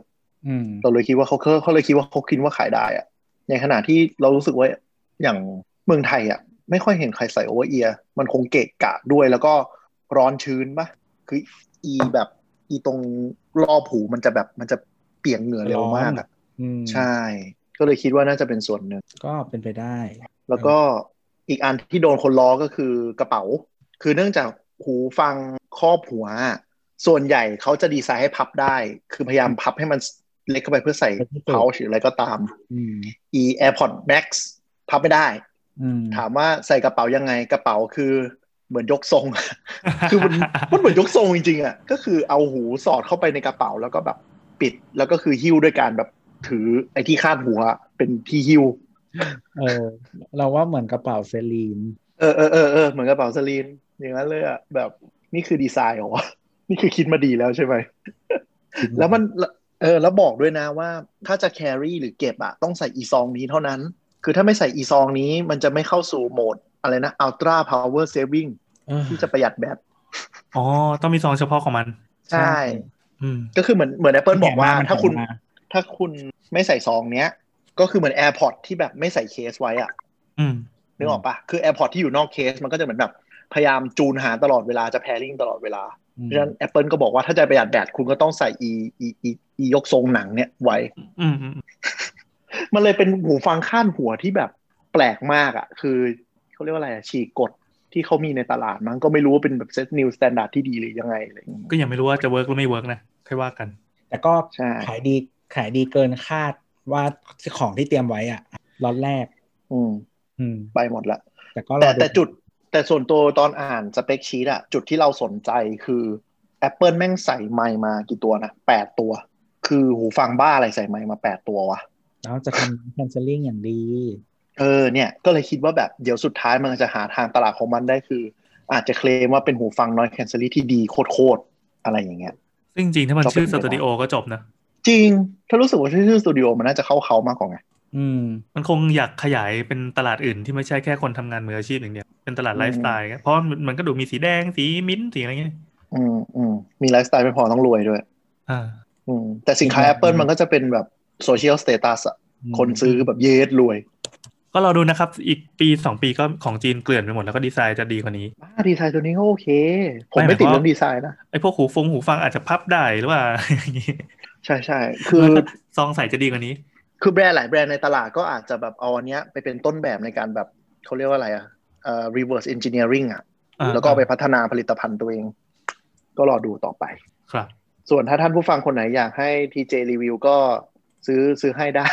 เราเลยคิดว่าเขาเขาเลยคิดว่าเขาคิดว่าขายได้อะในขณะที่เรารู้สึกว่าอย่างเมืองไทยอ่ะไม่ค่อยเห็นใครใส่โอเวอร์เอียร์มันคงเกะกะด้วยแล้วก็ร้อนชื้นปะคืออีแบบอีตรงรอบหูมันจะแบบมันจะเปียกเหงื่อเร็วมากอ่ะใช่ก็เลยคิดว่าน่าจะเป็นส่วนหนึ่งก็เป็นไปได้แล้วก็อีกอันที่โดนคนล้อก็คือกระเป๋าคือเนื่องจากหูฟังครอบหัวส่วนใหญ่เขาจะดีไซน์ให้พับได้คือพยายามพับให้มันเล็กเข้าไปเพื่อใส่ pouch หรืออะไรก็ตามอี AirPods Max พับไม่ได้ถามว่าใส่กระเป๋ายังไงกระเป๋าคือเหมือนยกทรง คือมันมันเหมือนยกทรงจริงๆอ่ะก็คือเอาหูสอดเข้าไปในกระเป๋าแล้วก็แบบปิดแล้วก็คือหิ้วด้วยการแบบถือไอ้ที่คาดหัวเป็นที่หิ้วเออเราว่าเหมือนกระเป๋าเซลีนเออเออเออเออเหมือนกระเป๋าเซลีนอย่างนั้นเลยอ่ะแบบนี่คือดีไซน์เหรอนี่คือคิดมาดีแล้วใช่ไหม แล้วมันเออแล้วบอกด้วยนะว่าถ้าจะแครี่หรือเก็บอะต้องใส่อีซองนี้เท่านั้นคือถ้าไม่ใส่อีซองนี้มันจะไม่เข้าสู่โหมดอะไรนะ Ultra Power Saving ที่จะประหยัดแบตอ๋อต้องมีซองเฉพาะของมันใช่ก็คือเหมือนเหมือน Apple บอกว่าถ้าคุณถ้าคุณไม่ใส่ซองเนี้ยก็คือเหมือน AirPods ที่แบบไม่ใส่เคสไว้อ่ะนึกออกปะคือ AirPods ที่อยู่นอกเคสมันก็จะเหมือนแบบพยายามจูนหาตลอดเวลาจะ pairing ตลอดเวลาเพราะฉะนั้น Apple ก็บอกว่าถ้าจะประหยัดแบตคุณก็ต้องใส่อีอีอีอียกทรงหนังเนี่ยไว้มันเลยเป็นหูฟังข้านหัวที่แบบแปลกมากอ่ะคือเขาเรียกว่าอะไรอ่ะฉีกกฎที่เขามีในตลาดมั้งก็ไม่รู้ว่าเป็นแบบเซตนิวสแตนดาร์ดที่ดีหรือยังไงอะไรอย่างเงี้ยก็ยังไม่รู้ว่าจะเวิร์กหรือไม่เวิร์กนะค่อยว่ากันแต่ก็ขายดีขายดีเกินคาดว่าของที่เตรียมไว้อ่ะล็อตแรกอืมอืมไปหมดละแต่ก็แต่แต่จุดแต่ส่วนตัวตอนอ่านสเปคชีทอะจุดที่เราสนใจคือ Apple แม่งใส่ไมค์มากี่ตัวนะแปดตัวคือหูฟังบ้าอะไรใส่ไมค์มาแปดตัววะแล้วจะทำ canceling อย่างดีเออเนี่ยก็เลยคิดว่าแบบเดี๋ยวสุดท้ายมันจะหาทางตลาดของมันได้คืออาจจะเคลมว่าเป็นหูฟัง noise cancelling ที่ดีโคตรๆอะไรอย่างเงี้ยซึ่งจริงถ้ามันชื่อสตูดิโอก็จบนะจริงถ้ารู้สึกว่าชื่อสตูดิโอมันน่าจะเข้าเขามากกว่าไงอืมมันคงอยากขยายเป็นตลาดอื่นที่ไม่ใช่แค่คนทำงานมืออาชีพอย่างเดียวเป็นตลาดไลฟ์สไตล์เพราะมันก็ดูมีสีแดงสีมิ้นท์สีอะไรเงี้ยอืมอืมมีไลฟ์สไตล์ไม่พอต้องรวยด้วยอ่าอืมแต่สินค้า Apple มันก็จะเป็นแบบโซเชียลสเตตัสอะคนซื้อแบบเยสรวยก็รอดูนะครับอีกปีสองปีก็ของจีนเกลื่อนไปหมดแล้วก็ดีไซน์จะดีกว่านี้ดีไซน์ตัวนี้ก็โอเคผมไม่ติดเรื่องดีไซน์นะไอ้พวกหูฟงหูฟังอาจจะพับได้หรือว่าอย่างงี้ใช่ใช่คือซองใส่จะดีกว่านี้คือแบรนด์หลายแบรนด์ในตลาดก็อาจจะแบบเอาอันเนี้ยไปเป็นต้นแบบในการแบบเขาเรียกว่าอะไรอ่ะเอ่อ reverse engineering อ่ะแล้วก็ไปพัฒนาผลิตภัณฑ์ตัวเองก็รอดูต่อไปครับส่วนถ้าท่านผู้ฟังคนไหนอยากให้ ที เจ รีวิวก็ซื้อซื้อให้ได้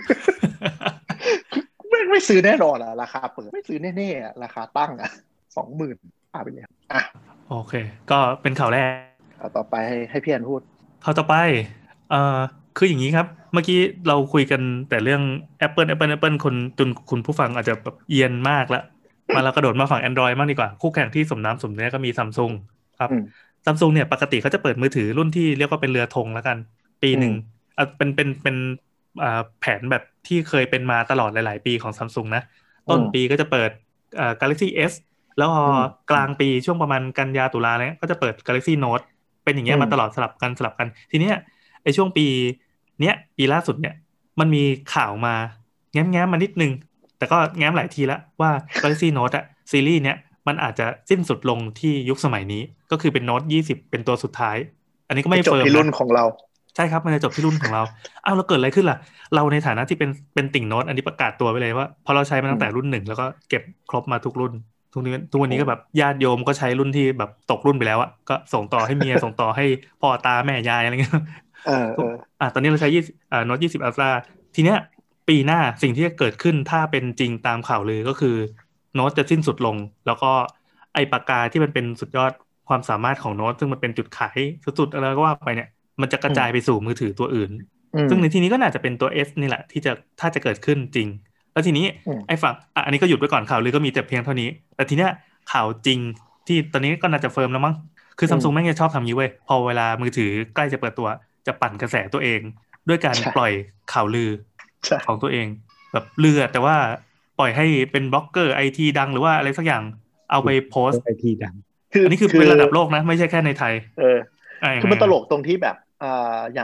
ไม่ไม่ซื้อแน่นอนอ่ะราคาเปิดไม่ซื้อแน่ๆอ่ะราคาตั้งอ่ะสองหมื่นอ่ะไปเลยอ่ะโอเคก็เป็นข่าวแรกข่าวต่อไปให้ให้พี่แอนพูดข่าวต่อไปเอ่อคืออย่างนี้ครับเมื่อกี้เราคุยกันแต่เรื่อง Apple Apple Apple คนจนคุณผู้ฟังอาจจะแบบเอียนมากละมาเรากระโดดมาฝั่ง Android มากดีกว่าคู่แข่งที่สมน้ำสมเนื้อก็มี Samsung ครับ Samsung เนี่ยปกติเขาจะเปิดมือถือรุ่นที่เรียกว่าเป็นเรือธงแล้วกันปีหนึ่งอ่ะเป็นเป็นเป็นอ่าแผนแบบที่เคยเป็นมาตลอดหลายๆปีของ Samsung นะต้นปีก็จะเปิดอ่า Galaxy S แล้วพอกลางปีช่วงประมาณกันยาตุลาเนี่ยก็จะเปิด Galaxy Note เป็นอย่างเงี้ยมาตลอดสลับกันสลับกันทีเนี้ยไอช่วงปีเนี้ยปีล่าสุดเนี่ยมันมีข่าวมาแง้มๆมานิดนึงแต่ก็แง้มหลายทีแล้วว่า Galaxy Note อะซีรีส์เนี้ยมันอาจจะสิ้นสุดลงที่ยุคสมัยนี้ก็คือเป็น Note ยี่สิบเป็นตัวสุดท้ายอันนี้ก็ไม่เฟิร์มนะจบที่รุ่นของเราใช่ครับมันจะจบที่รุ่นของเราอ้าวแล้วเกิดอะไรขึ้นล่ะเราในฐานะที่เป็นเป็นติ่งโน้ตอันนี้ประกาศตัวไปเลยว่าพอเราใช้มาตั้งแต่รุ่นหนึ่งแล้วก็เก็บครบมาทุกรุ่นทุกนี้ทุกวันนี้ก็แบบญาติโยมก็ใช้รุ่นที่แบบตกรุ่นไปแล้วอะก็ส่งต่อให้เมีย ส่งต่อให้พ่อตาแม่ยายอะไรเงี้ยเอออ่ะตอนนี้เราใช้ยี่สิบอ่าโน้ตยี่สิบอัลตร้าทีเนี้ยปีหน้าสิ่งที่จะเกิดขึ้นถ้าเป็นจริงตามข่าวลือก็คือโน้ตจะสิ้นสุดลงแล้วก็ไอปากกาที่มันเป็นสุดยอดความสามารถของโน้ตซึ่งมันเป็นจุดขายสุดๆอะไรก็ว่าไปเนี่ยมันจะกระจายไปสู่มือถือตัวอื่นซึ่งในที่นี้ก็น่าจะเป็นตัว S นี่แหละที่จะถ้าจะเกิดขึ้นจริงแล้วทีนี้ไอ้ฝั่งอ่ะอันนี้ก็หยุดไว้ก่อนข่าวลือก็มีแต่เพียงเท่านี้แต่ทีเนี้ยข่าวจริงที่ตอนนี้ก็น่าจะเฟิร์มแล้วมั้งคือ Samsung แม่งจะชอบทำงี้เว้ยพอเวลามือถือใกล้จะเปิดตัวจะปั่นกระแสตัวเองด้วยการปล่อยข่าวลือของตัวเองแบบลือแต่ว่าปล่อยให้เป็นบล็อกเกอร์ไอทีดังหรือว่าอะไรสักอย่างเอาไปโพสต์ไอทีดังอันนี้คือเป็นระดับโลกนะไม่ใช่แค่ในไทยเออคือมันตลกตรงที่แบบอ่าอย่าง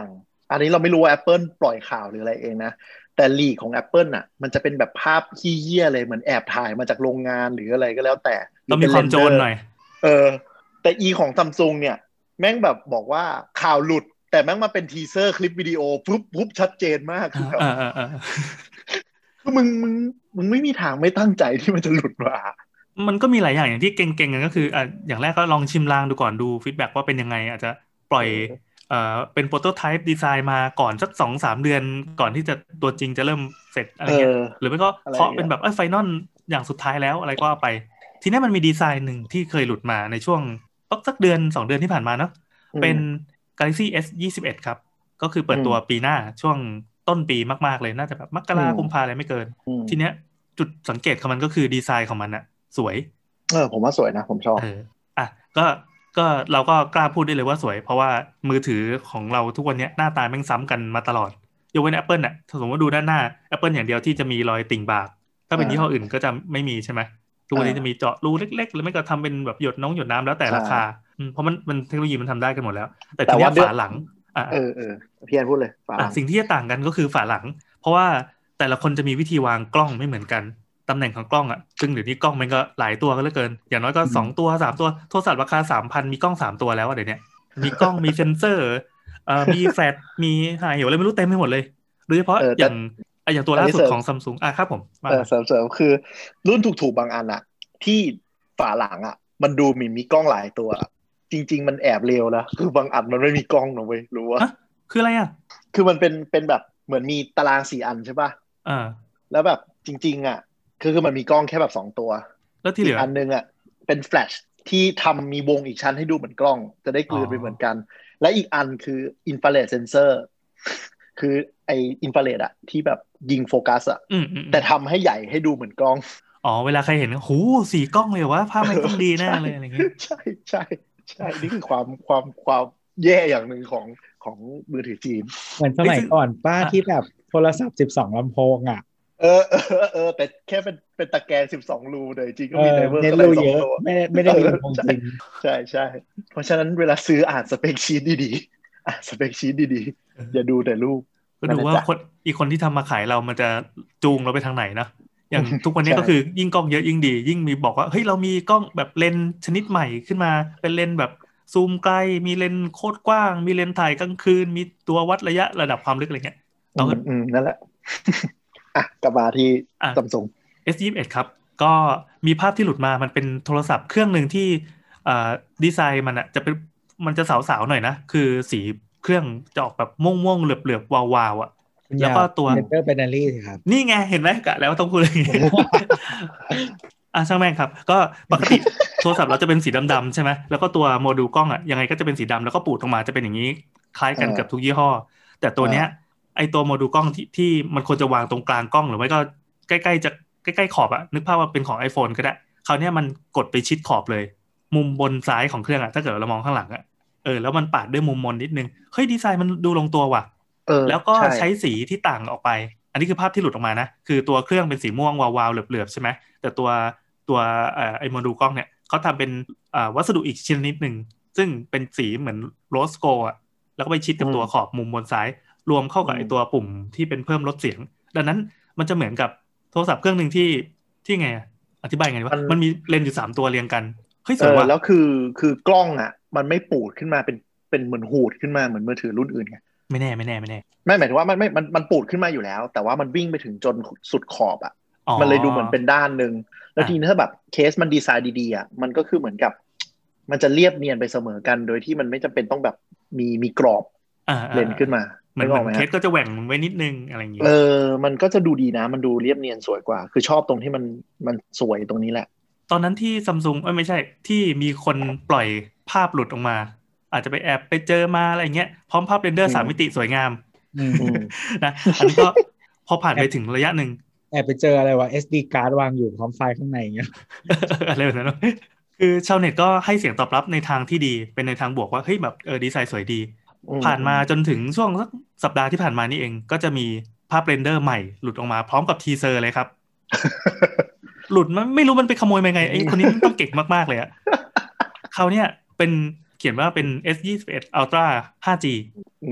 อันนี้เราไม่รู้ว่า Apple ปล่อยข่าวหรืออะไรเองนะแต่ลีกของ Apple น่ะมันจะเป็นแบบภาพขี้เหี้ยเลยเหมือนแอบถ่ายมาจากโรงงานหรืออะไรก็แล้วแต่ต้องมีความโจรหน่อยเออแต่อีของ Samsung เนี่ยแม่งแบบบอกว่าข่าวหลุดแต่แม่งมาเป็นทีเซอร์คลิปวิดีโอปุ๊บปุ๊บชัดเจนมากคือแบบคือมึงมึงมึงไม่มีทางไม่ตั้งใจที่มันจะหลุดมามันก็มีหลายอย่างอย่างที่เก่งๆกันก็คืออ่ะอย่างแรกก็ลองชิมลางดูก่อนดูฟีดแบ็กว่าเป็นยังไงอาจจะปล่อยเอ่อเป็นโปรโตไทป์ดีไซน์มาก่อนสัก สองถึงสาม เดือนก่อนที่จะตัวจริงจะเริ่มเสร็จอะไรเงี้ยหรือไม่ก็เคาะเป็นแบบเอ้ยไฟนอลอย่างสุดท้ายแล้วอะไรก็ไปทีนี้มันมีดีไซน์หนึ่งที่เคยหลุดมาในช่วงสักเดือนสองเดือนที่ผ่านมาเนาะเป็น Galaxy เอส ยี่สิบเอ็ด ครับก็คือเปิดตัวปีหน้าช่วงต้นปีมากๆเลยน่าจะแบบมกราคมกุมภาอะไรไม่เกินทีเนี้ยจุดสังเกตของมันก็คือดีไซน์ของมันอะสวยเออผมว่าสวยนะผมชอบเอออ่ะก็ก็เราก็กล้าพูดได้เลยว่าสวยเพราะว่ามือถือของเราทุกวันนี้หน้าตาแม่งซ้ำกันมาตลอดยกเว้น Apple น่ะถ้าสมมติว่าดูด้านหน้า Apple อย่างเดียวที่จะมีรอยติ่งบากถ้าเป็นยี่ห้ออื่นก็จะไม่มีใช่ไหมทุกวันนี้จะมีเจาะรูเล็กๆหรือไม่ก็ทำเป็นแบบหยดน้องหยดน้ำแล้วแต่ราคาเพราะมันมันเทคโนโลยีมันทำได้กันหมดแล้วแต่ทีนี้ฝาหลังอ่ะเออเออพี่แอนพูดเลยฝาหลังสิ่งที่จะต่างกันก็คือฝาหลังเพราะว่าแต่ละคนจะมีวิธีวางกล้องไม่เหมือนกันตำแหน่งของกล้องอ่ะซึ่งเดี๋ยวนี้กล้องมันก็หลายตัวก็เหลือเกินอย่างน้อยก็สองตัวสามตัวโทรศัพท์ราคา สามพัน มีกล้องสามตัวแล้วเดี๋ยวนี้มีกล้องมีเซ็นเซอร์เอ่อมีแฟลชมีหาเหวอะไรไม่รู้เต็มไปหมดเลยโดยเฉพาะอย่างอย่างตัวล่าสุดของ Samsung อ่ะครับผมเออเสริมๆคือรุ่นถูกๆบางอันอ่ะที่ฝาหลังอ่ะมันดูมีมีกล้องหลายตัวจริงๆมันแอบเลวนะคือบางอันมันไม่มีกล้องนะเว้ยรู้ว่าคืออะไรอ่ะคือมันเป็นเป็นแบบเหมือนมีตารางสี่อันใช่ป่ะอ่าแล้วแบบจริงๆอ่ะคือคือมันมีกล้องแค่แบบสองตัวแล้วที่เหลืออันนึงอ่ะเป็นแฟลชที่ทำมีวงอีกชั้นให้ดูเหมือนกล้องจะได้กลืนไปเหมือนกันและอีกอันคืออินฟราเรดเซนเซอร์คือไออินฟราเรดอะที่แบบยิงโฟกัสอะแต่ทำให้ใหญ่ให้ดูเหมือนกล้องอ๋อเวลาใครเห็นหูสี่กล้องเลยว่าภาพมันต้องดีแน่เลยอะไรเงี้ยใช่ใช่ใช่นี่คือความความความแย่อย่างหนึ่งของของมือถือจีนเหมือนสมัยก่อนป้าที่แบบโทรศัพท์สิบสองลำโพงอ่ะเออเออเออแต่แค่เป็นเป็นตะแกรงสิบสองรูเลยจริงก็มีไดเวอร์ก็เลยสองตัวไม่ไม่ได้มีลำโพงจริงใช่ใช่เพราะฉะนั้นเวลาซื้ออ่านสเปคชีทดีๆอ่านสเปคชีทดีๆอย่าดูแต่รูปก็ดูว่าคนอีกคนที่ทำมาขายเรามันจะจูงเราไปทางไหนนะอย่างทุกวันนี้ก็คือยิ่งกล้องเยอะยิ่งดียิ่งมีบอกว่าเฮ้ยเรามีกล้องแบบเลนส์ชนิดใหม่ขึ้นมาเป็นเลนส์แบบซูมไกลมีเลนส์โคตรกว้างมีเลนส์ถ่ายกลางคืนมีตัววัดระยะระดับความลึกอะไรเงี้ยเอาอืมนั่นแหละอ่ะกลับมาที่ Samsung เอส ยี่สิบเอ็ด ครับก็มีภาพที่หลุดมามันเป็นโทรศัพท์เครื่องนึงที่อ่าดีไซน์มันอ่ะจะเป็นมันจะสาวๆหน่อยนะคือสีเครื่องจะออกแบบม่วงๆเหลือบๆวาวๆอ่ะแล้วก็ตัวเซนเตอร์แบตเตอรี่สิครับนี่ไงเห็นไหมกะแล้วต้องพูดอย่างงี้อ่ะช่างแม่งครับก็ปกติโทรศัพท์เราจะเป็นสีดำๆใช่ไหมแล้วก็ตัวโมดูลกล้องอ่ะยังไงก็จะเป็นสีดำแล้วก็ปูดออกมาจะเป็นอย่างนี้คล้ายกันเกือบทุกยี่ห้อแต่ตัวเนี้ยไอตัวโมดูลกล้องที่ที่มันควรจะวางตรงกลางกล้องหรือไม่ก็ใกล้ๆจะใกล้ๆขอบอ่ะนึกภาพว่าเป็นของ iPhone ก็ได้คราวนี้มันกดไปชิดขอบเลยมุมบนซ้ายของเครื่องอ่ะถ้าเกิดเรามองข้างหลังอ่ะเออแล้วมันปาดด้วยมุมมนนิดนึงเฮ้ยดีไซน์มันดูลงตัวว่ะแล้วก็ใช้สีที่ต่างออกไปอันนี้คือภาพที่หลุดออกมานะคือตัวเครื่องเป็นสีม่วงวาวๆเหลือบๆใช่ไหมแต่ตัวตัวไอโมดูลกล้องเนี่ยเขาทำเป็นวัสดุอีกชนิดหนึ่งซึ่งเป็นสีเหมือนโรสโกลอ่ะแล้วก็ไปชิดกับตัวขอบมุมบนซ้ายรวมเข้ากับไอตัวปุ่มที่เป็นเพิ่มลดเสียงดังนั้นมันจะเหมือนกับโทรศัพท์เครื่องนึงที่ที่ไงอธิบายไงวะมันมีเลนส์อยู่สามตัวเรียงกันเฮ้ยสวยว่ะแล้วคือคือกล้องอ่ะมันไม่ปูดขึ้นมาเป็นเป็นเหมือนหูดขึ้นมาเหมือนมือถือรุ่นอื่นไงไม่แน่ไม่แน่ไม่แน่ไม่หมายถึงว่ามันไม่มันมันปูดขึ้นมาอยู่แล้วแต่ว่ามันวิ่งไปถึงจนสุดขอบอ่ะมันเลยดูเหมือนเป็นด้านนึงแล้วทีนี้ถ้าแบบเคสมันดีไซน์ดีๆอ่ะมันก็คือเหมือนกับมันจะเรียบเนียนไปเสมอกันโดยที่มันไม่จำเป็นต้องแบบมีมีกรอบเลนขึ้นมาเหมือนเคสก็จะแหว่งไว้นิดนึงอะไรอย่างเงี้ยเออมันก็จะดูดีนะมันดูเรียบเนียนสวยกว่าคือชอบตรงที่มันมันสวยตรงนี้แหละตอนนั้นที่ Samsung เอ้ยไม่ใช่ที่มีคนปล่อยภาพหลุดออกมาอาจจะไปแอบไปเจอมาอะไรเงี้ยพร้อมภาพเรนเดอร์สามมิติสวยงามนะอันนี้ก็พอผ่านไปถึงระยะหนึ่งแอบไปเจออะไรวะ เอส ดี card วางอยู่พร้อมไฟล์ข้างในเงี้ยอะไรแบบนั้นคือชาวเน็ตก็ให้เสียงตอบรับในทางที่ดีเป็นในทางบวกว่าเฮ้ยแบบเออดีไซน์สวยดีผ่านมาจนถึงช่วงสักสัปดาห์ที่ผ่านมานี่เองก็จะมีภาพเรนเดอร์ใหม่หลุดออกมาพร้อมกับทีเซอร์เลยครับหลุดมันไม่รู้มันไปขโมยมาไงไอ้คนนี้มันต้องเก่งมากๆเลยอะเขาเนี่ยเป็นเขียนว่าเป็น เอส ยี่สิบเอ็ด Ultra ไฟว์จีอืม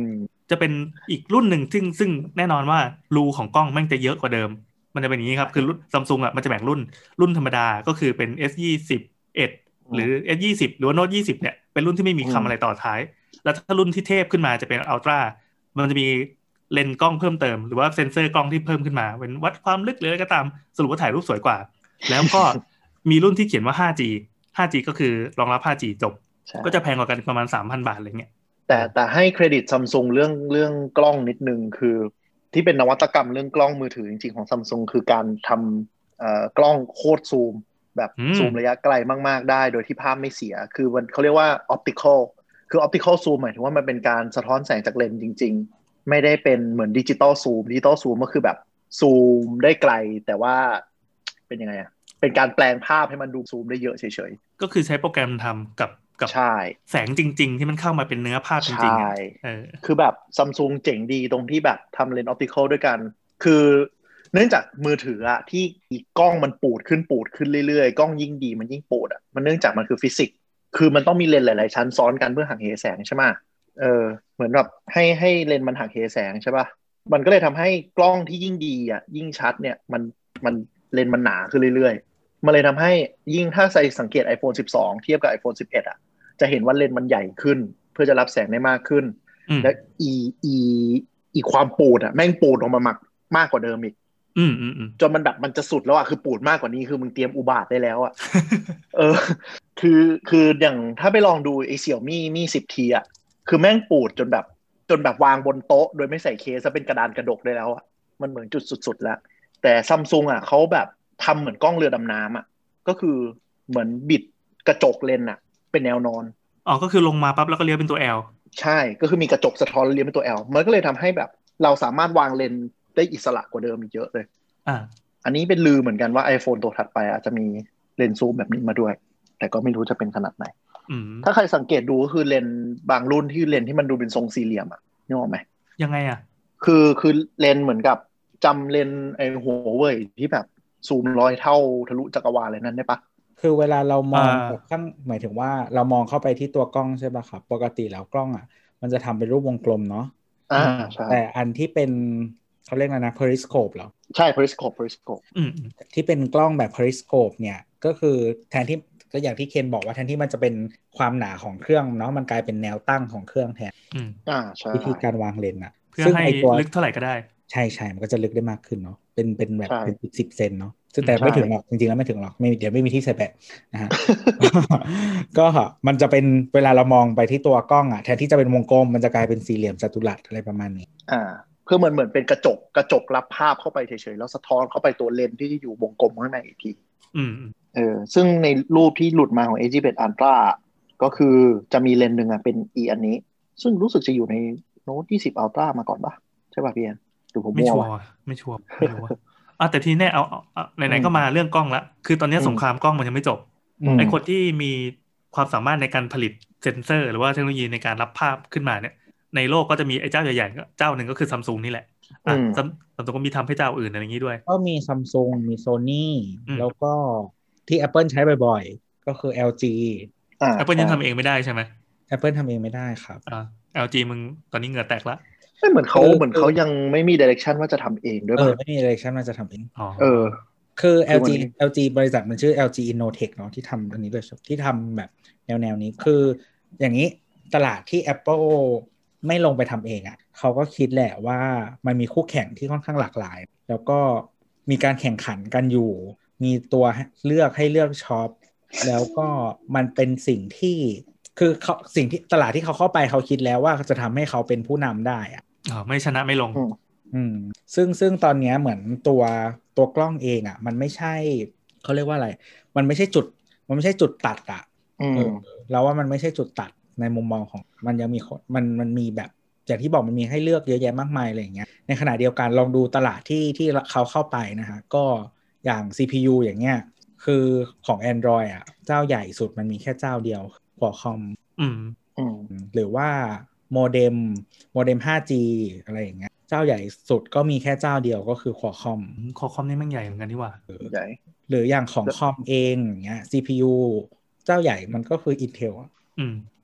จะเป็นอีกรุ่นหนึ่งซึ่งซึ่งแน่นอนว่ารูของกล้องแม่งจะเยอะกว่าเดิมมันจะเป็นอย่างนี้ครับคือรุ่น Samsung อ่ะมันจะแบ่งรุ่นรุ่นธรรมดาก็คือเป็น เอส ยี่สิบเอ็ด หรือ เอส ยี่สิบ หรือว่า Note ยี่สิบเนี่ยเป็นรุ่นที่ไม่มีคำอะไรต่อท้ายแล้วถ้ารุ่นที่เทพขึ้นมาจะเป็น Ultra มันจะมีเลนส์กล้องเพิ่มเติมหรือว่าเซ็นเซอร์กล้องที่เพิ่มขึ้นมาเป็นวัดความลึกหรืออะไรก็ตามสรุปว่าถ่ายรูปสวยกว่าแล้วก็มีรุ่นที่เขียนว่า ห้าจี ห้าจี ก็คือรองรับ ห้าจี จบก็จะแพงกว่ากันประมาณ สามพัน บาทอะไรเงี้ยแต่แต่ให้เครดิต Samsung เรื่องเรื่องกล้องนิดนึงคือที่เป็นนวัตกรรมเรื่องกล้องมือถือจริงๆของ Samsung คือการทำเอ่อกล้องโคตรซูมแบบซูมระยะไกลมากๆได้โดยที่ภาพไม่เสียคือมันเขาเรียกว่า optical คือ optical zoom หมายถึงว่ามันเป็นการสะท้อนแสงจากเลนส์จริงๆไม่ได้เป็นเหมือนดิจิตอลซูมดิจิตอลซูมก็คือแบบซูมได้ไกลแต่ว่าเป็นยังไงอะเป็นการแปลงภาพให้มันดูซูมได้เยอะเฉยๆก็คือใช้โปรแกรมทำกับกับแสงจริงๆที่มันเข้ามาเป็นเนื้อภาพจริงๆใช่คือแบบ Samsung เจ๋งดีตรงที่แบบทำเลนส์ optical ด้วยกันคือเนื่องจากมือถืออะที่กล้องมันปูดขึ้นปูดขึ้นเรื่อยๆกล้องยิ่งดีมันยิ่งปูดอะมันเนื่องจากมันคือฟิสิกส์คือมันต้องมีเลนส์หลายๆชั้นซ้อนกันเพื่อหักเหแสงใช่ไหมเออเหมือนแบบให้ให้เลนส์มันหักเหแสงใช่ป่ะมันก็เลยทำให้กล้องที่ยิ่งดีอะยิ่งชัดเนี่ยมันมันเลนส์มันหนาขึ้นเรื่อยๆมันเลยทำให้ยิ่งถ้าใส่สังเกต iPhone สิบสองเทียบกับ iPhone สิบเอ็ดอะจะเห็นว่าเลนส์มันใหญ่ขึ้นเพื่อจะรับแสงได้มากขึ้นและอีอีอีความปูดอะแม่งปูดออกมามากมากกว่าเดิมอีกอืมอืมจนมันแบบมันจะสุดแล้วอะคือปูดมากกว่านี้คือมึงเตรียมอุบาทได้แล้วอะ เออคือคืออย่างถ้าไปลองดูไอ้ Xiaomi Mi สิบ ที อะคือแม่งปูดจนแบบจนแบบวางบนโต๊ะโดยไม่ใส่เคสจะเป็นกระดานกระดกได้แล้วอะมันเหมือนจุดสุดๆแล้วแต่ Samsung อะเขาแบบทำเหมือนกล้องเรือดำน้ำอะก็คือเหมือนบิดกระจกเลนส์อะเป็นแนวนอนอ๋อก็คือลงมาปั๊บแล้วก็เลี้ยวเป็นตัว L ใช่ก็คือมีกระจกสะท้อนเลี้ยวเป็นตัว L มันก็เลยทำให้แบบเราสามารถวางเลนส์ได้อิสระกว่าเดิมอีกเยอะเลยอ่าอันนี้เป็นลือเหมือนกันว่า iPhone ตัวถัดไปอาจจะมีเลนส์ซูมแบบนี้มาด้วยแต่ก็ไม่รู้จะเป็นขนาดไหนถ้าใครสังเกตดูก็คือเลนส์บางรุ่นที่เลนส์ที่มันดูเป็นทรงสี่เหลี่ยมอ่ะนึกออกไหมยังไงอ่ะคือคือเลนส์เหมือนกับจำเลนส์ไอ้หัวเว่ยที่แบบซูมร้อยเท่าทะลุจักรวาลเลยนั้นได้ปะคือเวลาเรามองแบบข้างหมายถึงว่าเรามองเข้าไปที่ตัวกล้องใช่ป่ะครับปกติแล้วกล้องอ่ะมันจะทำเป็นรูปวงกลมเนาะอ่าใช่แต่อันที่เป็นเขาเรียกอะไรนะ periscope เหรอใช่ periscope periscope อืมที่เป็นกล้องแบบ periscope เนี่ยก็คือแทนที่ก็อย่างที่เคนบอกว่าแทนที่มันจะเป็นความหนาของเครื่องเนาะมันกลายเป็นแนวตั้งของเครื่องแทนอ่าใช่วิธีการวางเลนส์อ่ะเพื่อให้ลึกเท่าไหร่ก็ได้ใช่ใช่มันก็จะลึกได้มากขึ้นเนาะเป็นเป็นแบบเป็นสิบเซนเนาะซึ่งแต่ไม่ถึงหรอกจริงๆแล้วไม่ถึงหรอกไม่เดี๋ยวไม่มีที่ใส่แบตนะฮะ ก็มันจะเป็นเวลาเรามองไปที่ตัวกล้องอ่ะแทนที่จะเป็นวงกลมมันจะกลายเป็นสี่เหลี่ยมจัตุรัสอะไรประมาณนี้อ่าเพื่อเหมือนเหมือนเป็นกระจกกระจกรับภาพเข้าไปเฉยๆแล้วสะท้อนเข้าไปตัวเลนส์ที่อยู่วงกลมข้างในอีกทีอืมเออซึ่งในรูปที่หลุดมาของ เอ ยี่สิบเอ็ด Ultra ก็คือจะมีเลนส์หนึ่งอ่ะเป็นอีอันนี้ซึ่งรู้สึกจะอยู่ใน Note ยี่สิบ Ultra มาก่อนปะใช่ป่ะพี่แอนดูผมมั่วไม่ชัวร์ไม่ชัวร์ไม่รู้ว่าอ่ะแต่ทีแน่เอาไหนๆก็มาเรื่องกล้องละคือตอนนี้สงครามกล้องมันยังไม่จบไอ้คนที่มีความสามารถในการผลิตเซนเซอร์หรือว่าเทคโนโลยีในการรับภาพขึ้นมาเนี่ยในโลกก็จะมีไอ้เจ้าใหญ่ๆเจ้าหนึ่งก็คือซัมซุงนี่แหละอ่ะซัมซุงก็มีทำให้เจ้าอื่นอะไรอย่างนี้ด้วยก็มีซัมซุงมีโซนี่แล้วก็ที่ Apple ใช้บ่อยๆก็คือ แอล จีอ่า Apple ยังทำเองไม่ได้ใช่ไหม Apple ทำเองไม่ได้ครับอ่า แอล จี มึงตอนนี้เหงื่อแตกละไม่เหมือนเขาเหมือนเขายังไม่มี direction ว่าจะทำเองด้วยป่ะเออไม่มี direction ว่าจะทำเองเออคือ แอล จี แอล จี บริษัทมันชื่อ แอล จี Innotech เนาะที่ทำอันนี้เลยที่ทำแบบแนวแนวนี้คืออย่างนี้ตลาดที่ Apple ไม่ลงไปทำเองอ่ะเขาก็คิดแหละว่ามันมีคู่แข่งที่ค่อนข้างหลากหลายแล้วก็มีการแข่งขันกันอยู่มีตัวเลือกให้เลือกช็อปแล้วก็มันเป็นสิ่งที่คือเขาสิ่งที่ตลาดที่เขาเข้าไปเขาคิดแล้วว่าจะทำให้เขาเป็นผู้นำได้อ่ะอ๋อไม่ชนะไม่ลงอืมซึ่งซึ่งตอนนี้เหมือนตัวตัวกล้องเองอ่ะมันไม่ใช่เขาเรียกว่าอะไรมันไม่ใช่จุดมันไม่ใช่จุดตัดอ่ะเออเราว่ามันไม่ใช่จุดตัดในมุมมองของมันยังมีมันมันมีแบบอย่างที่บอกมันมีให้เลือกเยอะแยะมากมายอะไรอย่างเงี้ยในขณะเดียวกันลองดูตลาดที่ที่เขาเข้าไปนะฮะก็อย่าง ซี พี ยู อย่างเงี้ยคือของ Android อ่ะเจ้าใหญ่สุดมันมีแค่เจ้าเดียว Qualcomm อืมอืมหรือว่าโมเด็มโมเด็ม ห้าจี อะไรอย่างเงี้ยเจ้าใหญ่สุดก็มีแค่เจ้าเดียวก็คือ Qualcomm Qualcomm นี่มันใหญ่เหมือนกันนี่หว่าใหญ่หรืออย่างของคอมเองอย่างเงี้ย ซี พี ยู เจ้าใหญ่มันก็คือ Intel อ่ะอืม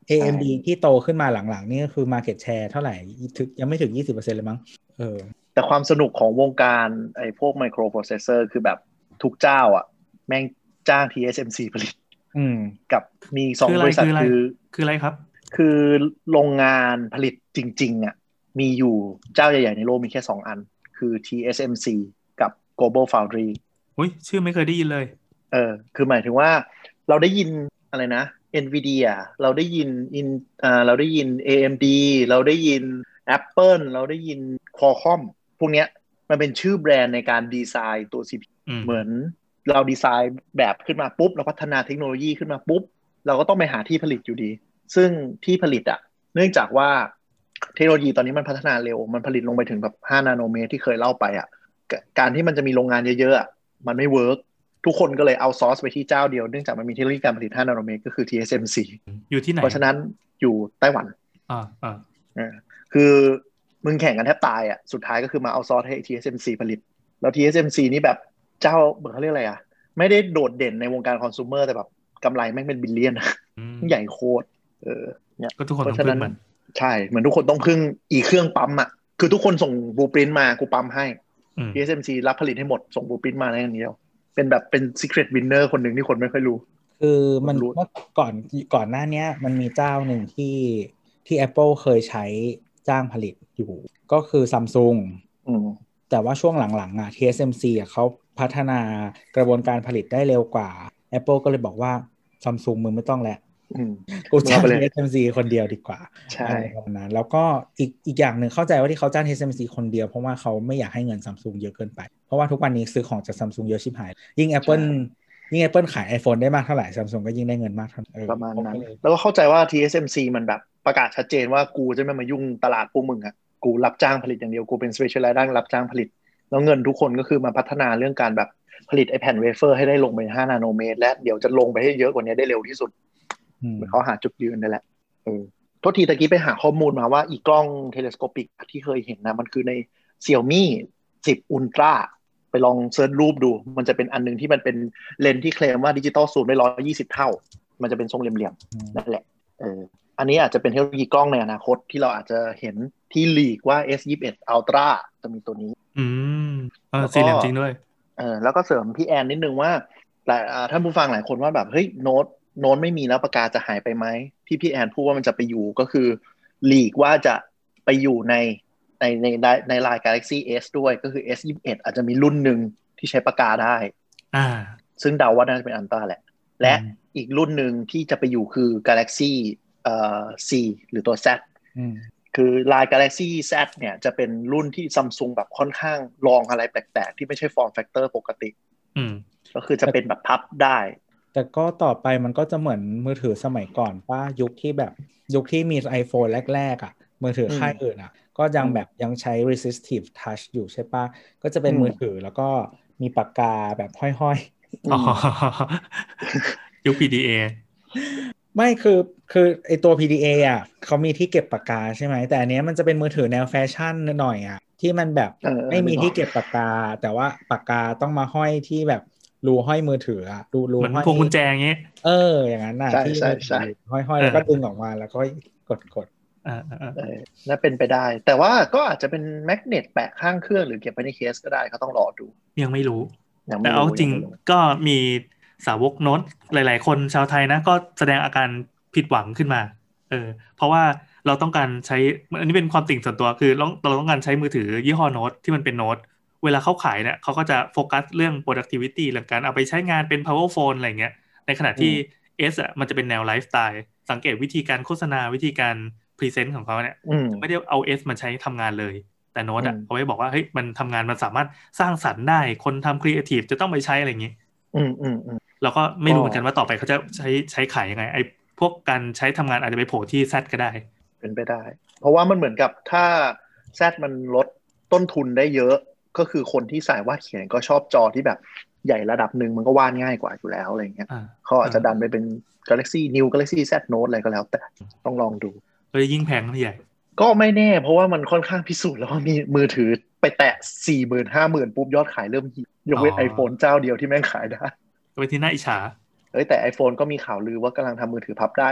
เอ เอ็ม ดี ที่โตขึ้นมาหลังๆนี่ก็คือ market share เท่าไหร่ถึงยังไม่ถึง ยี่สิบเปอร์เซ็นต์ เลยมั้งเออแต่ความสนุกของวงการไอ้พวก microprocessor คือแบบทุกเจ้าอ่ะแม่งจ้าง ที เอส เอ็ม ซี ผลิตอืมกับมีสองบริษัทคือคืออะไรครับคือโรงงานผลิตจริงๆอ่ะมีอยู่เจ้าใหญ่ๆในโลกมีแค่สองอันคือ ที เอส เอ็ม ซี กับ Global Foundry อุ้ยชื่อไม่เคยได้ยินเลยเออคือหมายถึงว่าเราได้ยินอะไรนะ Nvidia เราได้ยิน in อ่าเราได้ยิน เอ เอ็ม ดี เราได้ยิน Apple เราได้ยิน Qualcomm พวกเนี้ยมันเป็นชื่อแบรนด์ในการดีไซน์ตัว ซี พี ยู เหมือนเราดีไซน์แบบขึ้นมาปุ๊บเราพัฒนาเทคโนโลยีขึ้นมาปุ๊บเราก็ต้องไปหาที่ผลิตอยู่ดีซึ่งที่ผลิตอ่ะเนื่องจากว่าเทคโนโลยีตอนนี้มันพัฒนาเร็วมันผลิตลงไปถึงแบบห้านาโนเมตรที่เคยเล่าไปอ่ะการที่มันจะมีโรงงานเยอะๆมันไม่เวิร์กทุกคนก็เลยเอาซอร์สไปที่เจ้าเดียวเนื่องจากมันมีเทคโนโลยีการผลิตห้านาโนเมตรก็คือ ที เอส เอ็ม ซีอยู่ที่ไหนเพราะฉะนั้นอยู่ไต้หวันอ่าอ่าคือมึงแข่งกันแทบตายอ่ะสุดท้ายก็คือมาเอาซอร์สให้ ที เอส เอ็ม ซี ผลิตแล้ว ที เอส เอ็ม ซี นี่แบบเจ้าเขาเรียกอะไรอ่ะไม่ได้โดดเด่นในวงการคอน sumer แต่แบบกำไรแม่งเป็นบิลเลียนใหญ่โคตรเออเนี่ยก็ทุกคนต้องพึ่งมันใช่เหมือนทุกคนต้องพึ่งอีเครื่องปั๊มอ่ะคือทุกคนส่งบลูพรินท์มากูปั๊มให้ ที เอส เอ็ม ซี รับผลิตให้หมดส่งบลูพรินท์มาได้อย่างเดียวเป็นแบบเป็น secret winner คนหนึ่งที่คนไม่ค่อยรู้คือมันเมื่อก่อนก่อนหน้านี้มันมีเจ้าหนึ่งที่ที่ Apple เคยใช้จ้างผลิตอยู่ก็คือ Samsung อืมแต่ว่าช่วงหลังๆอ่ะ ที เอส เอ็ม ซี อ่ะเขาพัฒนากระบวนการผลิตได้เร็วกว่า Apple ก็เลยบอกว่า Samsung มึงไม่ต้องแล้วกูจ้าง ที เอส เอ็ม ซี คนเดียวดีกว่าใช่ประมาณนั้นแล้วก็อีกอีกอย่างหนึ่งเข้าใจว่าที่เขาจ้าง ที เอส เอ็ม ซี คนเดียวเพราะว่าเขาไม่อยากให้เงิน Samsung เยอะเกินไปเพราะว่าทุกวันนี้ซื้อของจาก Samsung เยอะชิบหายยิ่ง Apple ยิ่ง Apple ขาย iPhone ได้มากเท่าไหร่ Samsung ก็ยิ่งได้เงินมากเท่านั้นประมาณนั้นแล้วก็เข้าใจว่า ที เอส เอ็ม ซี มันแบบประกาศชัดเจนว่ากูจะไม่มายุ่งตลาดพวกมึงอ่ะกูรับจ้างผลิตอย่างเดียวกูเป็น specialize ด้านรับจ้างผลิตแล้วเงินทุกคนก็คือมาพัฒนาเรื่องการแบบผลิตไอ้แผ่นเวเฟอร์ให้ได้ลงไปห้านาโนเมตรและเดี๋ยวจะลงไปให้เยอะกว่านี้ได้เร็วที่สุดเหมือนเขาหาจุดยืนได้แหละเออโทษทีตะกี้ไปหาข้อมูลมาว่าอีกล้องเทเลสโคปิกที่เคยเห็นนะมันคือใน Xiaomi สิบ Ultra ไปลองเซิร์ชรูปดูมันจะเป็นอันนึงที่มันเป็นเลนส์ที่เคลมว่าดิจิตอลซูมได้หนึ่งร้อยยี่สิบเท่ามันจะเป็นทรงเหลี่ยมๆนั่นแหละเอออันนี้อาจจะเป็นเทคโนโลยีกล้องในอนาคตที่เราอาจจะเห็นที่ลีกว่า เอส ยี่สิบเอ็ด Ultra จะมีตัวนี้อืมเออสี่เหลี่ยมจริงด้วยเออแล้วก็เสริมพี่แอนนิดนึงว่าแต่ท่านผู้ฟังหลายคนว่าแบบเฮ้ยโน้ตโน้ตไม่มีแล้วปากกาจะหายไปไหมที่พี่แอนพูดว่ามันจะไปอยู่ก็คือลีกว่าจะไปอยู่ในในในในไลน์ Galaxy S ด้วยก็คือ เอส ยี่สิบเอ็ด อาจจะมีรุ่นหนึ่งที่ใช้ปากกาได้อ่าซึ่งเดาว่าน่าจะเป็นอันต้าแหละและอีกรุ่นหนึ่งที่จะไปอยู่คือ Galaxy เอ่อ C หรือตัว Z คือ Line Galaxy Z เนี่ยจะเป็นรุ่นที่ Samsung แบบค่อนข้างลองอะไรแปลกๆที่ไม่ใช่ form factor ปกติก็คือจะเป็นแบบพับได้แต่ก็ต่อไปมันก็จะเหมือนมือถือสมัยก่อนป้ายุคที่แบบยุคที่มี iPhone แรกๆอ่ะมือถือค่ายอื่นอ่ะก็ยังแบบยังใช้ resistive touch อยู่ใช่ป่ะก็จะเป็นมือถือแล้วก็มีปากกาแบบห้อยๆอ๋อยุค พี ดี เอไม่คือคือไอตัว พี ดี เอ อ่ะเขามีที่เก็บปากกาใช่ไหมแต่อันนี้มันจะเป็นมือถือแนวแฟชั่นหน่อยอ่ะที่มันแบบไม่มีที่เก็บปากกาแต่ว่าปากกาต้องมาห้อยที่แบบรูห้อยมือถืออ่ะรูรูห้อยพวงกุญแจอย่างเงี้ยเอออย่างนั้นน่ะที่ห้อยๆแล้วก็ดึงออกมาแล้วก็กดกดอ่าอ่าน่าเป็นไปได้แต่ว่าก็อาจจะเป็นแมกเนตแปะข้างเครื่องหรือเก็บไว้ในเคสก็ได้ก็ต้องรอดูยังไม่รู้แต่เอาจริงก็มีสาวกโน้ตหลายๆคนชาวไทยนะก็แสดงอาการผิดหวังขึ้นมาเออเพราะว่าเราต้องการใช้อันนี้เป็นความติ่งส่วนตัวคือเราเราต้องการใช้มือถือยี่ห้อโน้ตที่มันเป็นโน้ตเวลาเขาขายเนี่ยเขาก็จะโฟกัสเรื่อง productivity เรื่องการเอาไปใช้งานเป็น power phone อะไรเงี้ยในขณะที่ S อ่ะมันจะเป็นแนวไลฟ์สไตล์สังเกตวิธีการโฆษณาวิธีการพรีเซนต์ของเขาเนี่ยไม่ได้เอา S มาใช้ทำงานเลยแต่โน้ตอ่ะเอาไว้บอกว่าเฮ้ยมันทำงานมันสามารถสร้างสรรค์ได้คนทำครีเอทีฟจะต้องไปใช้อะไรอย่างงี้อืมอืมอืมเราก็ไม่รู้เหมือนกันว่าต่อไปเขาจะใช้ใช้ขายยังไงไอ้พวกการใช้ทำงานอาจจะไปโผล่ที่ Z ก็ได้เป็นไปได้เพราะว่ามันเหมือนกับถ้า Z มันลดต้นทุนได้เยอะก็คือคนที่สายวาดเขียนก็ชอบจอที่แบบใหญ่ระดับหนึ่งมันก็วาดง่ายกว่าอยู่แล้วอะไรเงี้ยเขาอาจจะดันไปเป็น Galaxy New Galaxy Z Note อะไรก็แล้วแต่ต้องลองดูก็ยิ่งแพงพี่ใหญ่ก็ไม่แน่เพราะว่ามันค่อนข้างพิสูจน์แล้วว่ามีมือถือไปแตะ สี่หมื่น ห้าหมื่น ปุ๊บยอดขายเริ่มฮิตยกเว้น iPhone เจ้าเดียวที่แม่งขายได้ก็เป็นที่น่าอิจฉาเอ้ยแต่ iPhone ก็มีข่าวลือว่ากำลังทำมือถือพับได้นะ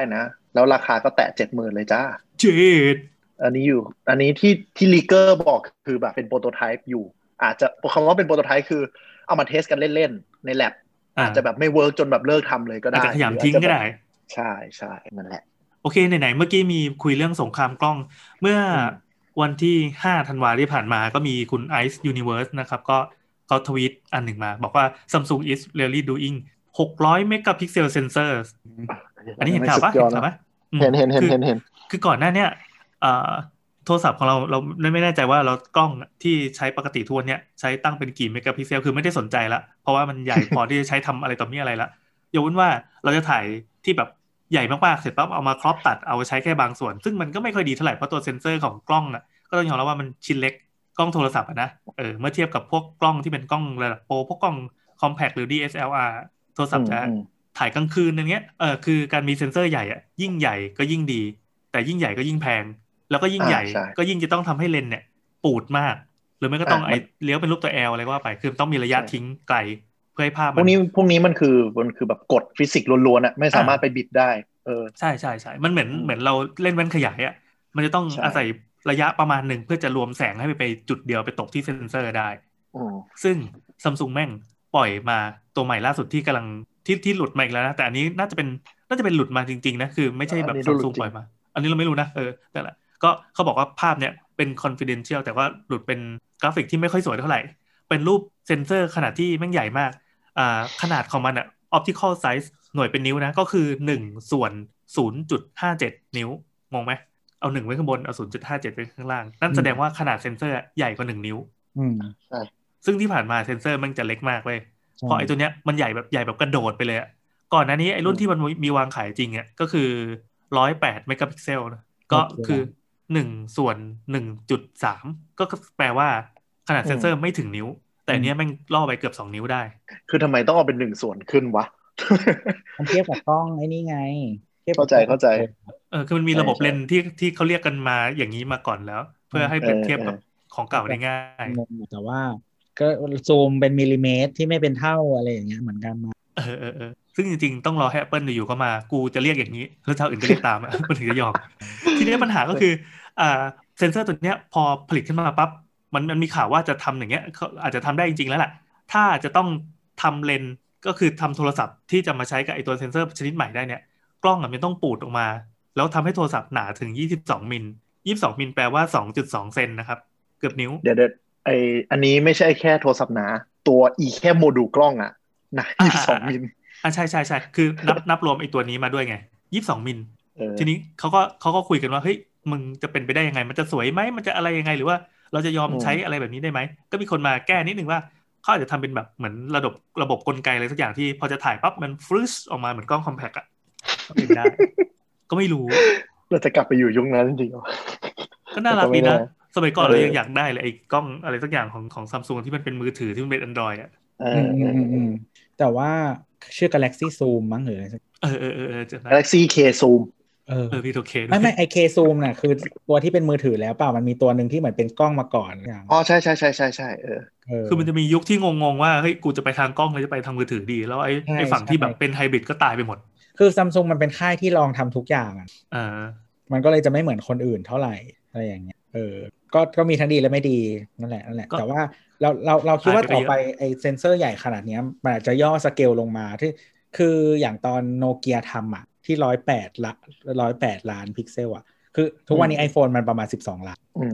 แล้วราคาก็แตะ เจ็ดหมื่น เลยจ้าเจ็ดอันนี้อยู่อันนี้ที่ที่ลีเกอร์บอกคือแบบเป็นโปรโตไทป์อยู่อาจจะคำว่าเป็นโปรโตไทป์คือเอามาเทสกันเล่นๆในแลบอาจจะแบบไม่เวิร์กจนแบบเลิกทำเลยก็ได้อาจจะขยำทิ้งก็ได้ใช่ใช่นั่นแหละโอเคไหนๆเมื่อกี้มีคุยเรื่องสงครามกล้องเมื่อวันที่ห้าธันวาคมที่ผ่านมาก็มีคุณ Ice Universe นะครับก็เขาทวีตอันหนึ่งมาบอกว่า Samsung is really doing หกร้อย megapixel sensors อันนี้เห็นข่าวปะเห็นข่าวปะเห็นเห็นเห็นเห็นเห็นคือก่อนหน้านี้โทรศัพท์ของเราเราไม่แน่ใจว่าเรากล้องที่ใช้ปกติทุกวันนี้ใช้ตั้งเป็นกี่เมกะพิกเซลคือไม่ได้สนใจละเพราะว่ามันใหญ่พอที่จะใช้ทำอะไรต่อมีอะไรละยกเว้นว่าเราจะถ่ายที่แบบใหญ่มากๆเสร็จปั๊บเอามาครอปตัดเอาใช้แค่บางส่วนซึ่งมันก็ไม่ค่อยดีเท่าไหร่เพราะตัวเซ็นเซอร์ของกล้องอ่ะก็ต้องยอมรับว่ามันชิ้นเล็กกล้องโทรศัพท์นะเออเมื่อเทียบกับพวกกล้องที่เป็นกล้องระดับโปรพวกกล้องคอมแพคหรือ ดี เอส แอล อาร์ โทรศัพท์จะถ่ายกลางคืนอย่างเงี้ยเออคือการมีเซ็นเซอร์ใหญ่อ่ะยิ่งใหญ่ก็ยิ่งดีแต่ยิ่งใหญ่ก็ยิ่งแพงแล้วก็ยิ่งใหญ่ก็ยิ่งจะต้องทำให้เลนส์เนี่ยปูดมากหรือไม่ก็ต้องไอเลี้ยวเป็นรูปตัว L อะไรก็ว่าไปคือต้องมีระยะทิ้งไกลเพื่อให้ภาพพวกนี้พวกนี้มันคือมันคือแบบกฎฟิสิกส์ล้วนๆอ่ะไม่สามารถไปบิดได้เออใช่ใช่ใช่มันเหมือนเหมือนเราเล่นแว่นขยายอ่ะมันจะต้องอาศัยระยะประมาณหนึ่งเพื่อจะรวมแสงให้ไปจุดเดียวไปตกที่เซนเซอร์ได้ซึ่ง Samsung แม่งปล่อยมาตัวใหม่ล่าสุดที่กำลังที่ที่หลุดมาอีกแล้วนะแต่อันนี้น่าจะเป็นน่าจะเป็นหลุดมาจริงๆนะคือไม่ใช่แบบ Samsung ปล่อยมาอันนี้เราไม่รู้นะเออแต่ละก็เขาบอกว่าภาพเนี้ยเป็น confidential แต่ว่าหลุดเป็นกราฟิกที่ไม่ค่อยสวยเท่าไหร่เป็นรูปเซนเซอร์ขนาดที่แม่งใหญ่มากอ่าขนาดของมันอ่ะ optical size หน่วยเป็นนิ้วนะก็คือหนึ่งส่วน ศูนย์จุดห้าเจ็ด นิ้วงงไหมเอาหนึ่งไว้ข้างบนเอา ศูนย์จุดห้าเจ็ด ไว้ข้างล่างนั่นแสดงว่าขนาดเซนเซอร์ใหญ่กว่าหนึ่งนิ้วอืมใช่ซึ่งที่ผ่านมาเซนเซอร์มันจะเล็กมากเว้ยเพราะไอ้ตัวเนี้ยมันใหญ่แบบใหญ่แบบกระโดดไปเลยอ่ะก่อนหน้านี้ไอ้รุ่นที่มันมีวางขายจริงอ่ะก็คือหนึ่งร้อยแปดเมกะพิกเซลก็คือหนึ่งส่วน หนึ่งจุดสาม ก็แปลว่าขนาดเซนเซอร์ไม่ถึงนิ้วแต่เนี้ยแม่งล่อไปเกือบสองนิ้วได้คือทำไมต้องเอาเป็นหนึ่งส่วนขึ้นวะมันเทียบกับกล้องไอ้นี่ไงเข้าใจเข้าใจเออคือมันมีระบบเลนส์ที่ที่เขาเรียกกันมาอย่างนี้มาก่อนแล้วเพื่อให้เปรียบเทียบกับของเก่าได้ง่ายแต่ว่าก็ซูมเป็นมิลลิเมตรที่ไม่เป็นเท่าอะไรอย่างเงี้ยเหมือนกันมาเออเออเออซึ่งจริงๆต้องรอให้ Apple อยู่ก็มากูจะเรียกอย่างนี้แล้วเจ้าอื่นก็เรียกตามอ่ะมันถึงจะยอมทีนี้ปัญหาก็คืออ่าเซนเซอร์ตัวเนี้ยพอผลิตขึ้นมาปั๊บมันมันมีข่าวว่าจะทำอย่างเงี้ยอาจจะทำได้จริงๆแล้วแหละถ้าจะต้องทำเลนส์ก็คือทำโทรศัพท์ที่จะมาใช้กับไอตัวเซนเซอร์ชนิดใหม่ได้เนี่ยกล้องอ่ะมันต้องปูดออกมาแล้วทำให้โทรศัพท์หนาถึงยี่สิบสองมิลยี่สิบสองมิลแปลว่า สองจุดสอง เซนนะครับเกือบนิ้วเดี๋ยวๆไออันนี้ไม่ใช่แค่โทรศัพท์หนาตัวอีแค่โมดูลกล้องอ่ะหนายี่สิบสองมิลอ่ะใช่ๆๆคือนับนับรวมไอตัวนี้มาด้วยไงยี่สิบสองมิลทีนี้เขาก็เขาก็คุยกันว่าเฮ้ยมึงจะเป็นไปได้ยังไงมันจะสวยไหมมันจะอะไรยังไงหรือว่าเราจะยอมใช้อะไรแบบนี้ได้ไหมก็มีคนมาแก้นิดนึงว่าเขาอาจจะทำเป็นแบบเหมือนระบบระบบกลไกอะไรสักอย่างที่พอจะถ่ายปั๊บมันฟรึชออกมาเหมือนกล้องคอมแพคอะก็เป็นได้ก็ไม่รู้เราจะกลับไปอยู่ยุคนั้นจริงๆก็น่ารักดีนะสมัยก่อนเรายังอยากได้เลยไอ้กล้องอะไรสักอย่างของของ Samsung ที่มันเป็นมือถือที่มันเป็น Android อ่ะอืมๆๆแต่ว่าชื่อ Galaxy Zoom มั้งหรืออะไรสักเออๆๆๆ Galaxy K Zoom เออเออพี่โอเคไม่ไม่ไอ K Zoom น่ะคือตัวที่เป็นมือถือแล้วเปล่ามันมีตัวนึงที่เหมือนเป็นกล้องมาก่อนอย่างอ๋อใช่ๆๆๆๆเออคือมันจะมียุคที่งงๆว่าเฮ้ยกูจะไปทางกล้องหรือจะไปทางมือถือดีแล้วไอ้ไอ้ฝั่งที่แบบเป็นไฮบริดก็ตายไปหมดคือ Samsung มันเป็นค่ายที่ลองทำทุกอย่างอ่ะอ่ามันก็เลยจะไม่เหมือนคนอื่นเท่าไหร่อะไรอย่างเงี้ยเออก็ก็มีทั้งดีและไม่ดีนั่นแหละนั่นแหละแต่ว่าเราเราเราคิดว่าต่อไปไอเซนเซอร์ใหญ่ขนาดนี้มันอาจจะย่อสเกลลงมาที่คืออย่างตอนโนเกียทำอ่ะที่ร้อยแปดละร้อยแปดล้านพิกเซลอ่ะคือทุกวันนี้ iPhone มันประมาณสิบสองล้าน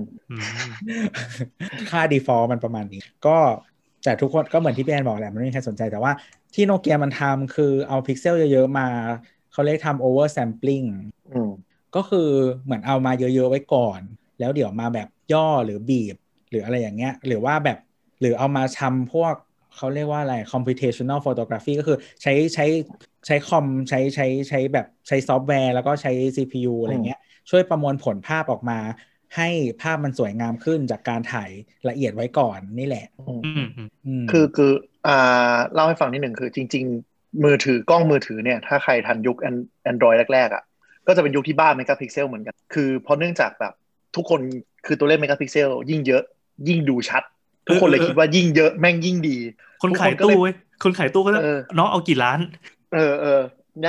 ค่า default มันประมาณนี้ก็แต่ทุกคนก็เหมือนที่พี่แอนบอกแหละมันไม่มีใครสนใจแต่ว่าที่โนเกียมันทำคือเอาพิกเซลเยอะๆมาเขาเรียกทำ over sampling ก็คือเหมือนเอามาเยอะๆไว้ก่อนแล้วเดี๋ยวมาแบบย่อหรือบีบหรืออะไรอย่างเงี้ยหรือว่าแบบหรือเอามาทำพวกเขาเรียกว่าอะไร computational photography ก็คือใช้ใช้ใช้คอมใช้ใช้ใช้แบบใช้ซอฟต์แวร์แล้วก็ใช้ ซี พี ยู อะไรเงี้ยช่วยประมวลผลภาพออกมาให้ภาพมันสวยงามขึ้นจากการถ่ายละเอียดไว้ก่อนนี่แหละคือคืออ่าเล่าให้ฟังนิดหนึ่งคือจริงๆมือถือกล้องมือถือเนี่ยถ้าใครทันยุค Android แรกๆอ่ะก็จะเป็นยุคที่บ้าเมกะพิกเซลเหมือนกันคือเพราะเนื่องจากแบบทุกคนคือตัวเลขเมกะพิกเซลยิ่งเยอะยิ่งดูชัดทุกคนเลยคิดว่ายิ่งเยอะแม่งยิ่งดีคนขายตู้เว้ยคนขายตู้ก็จะน้องเอากี่ล้านเออเออเนี่ย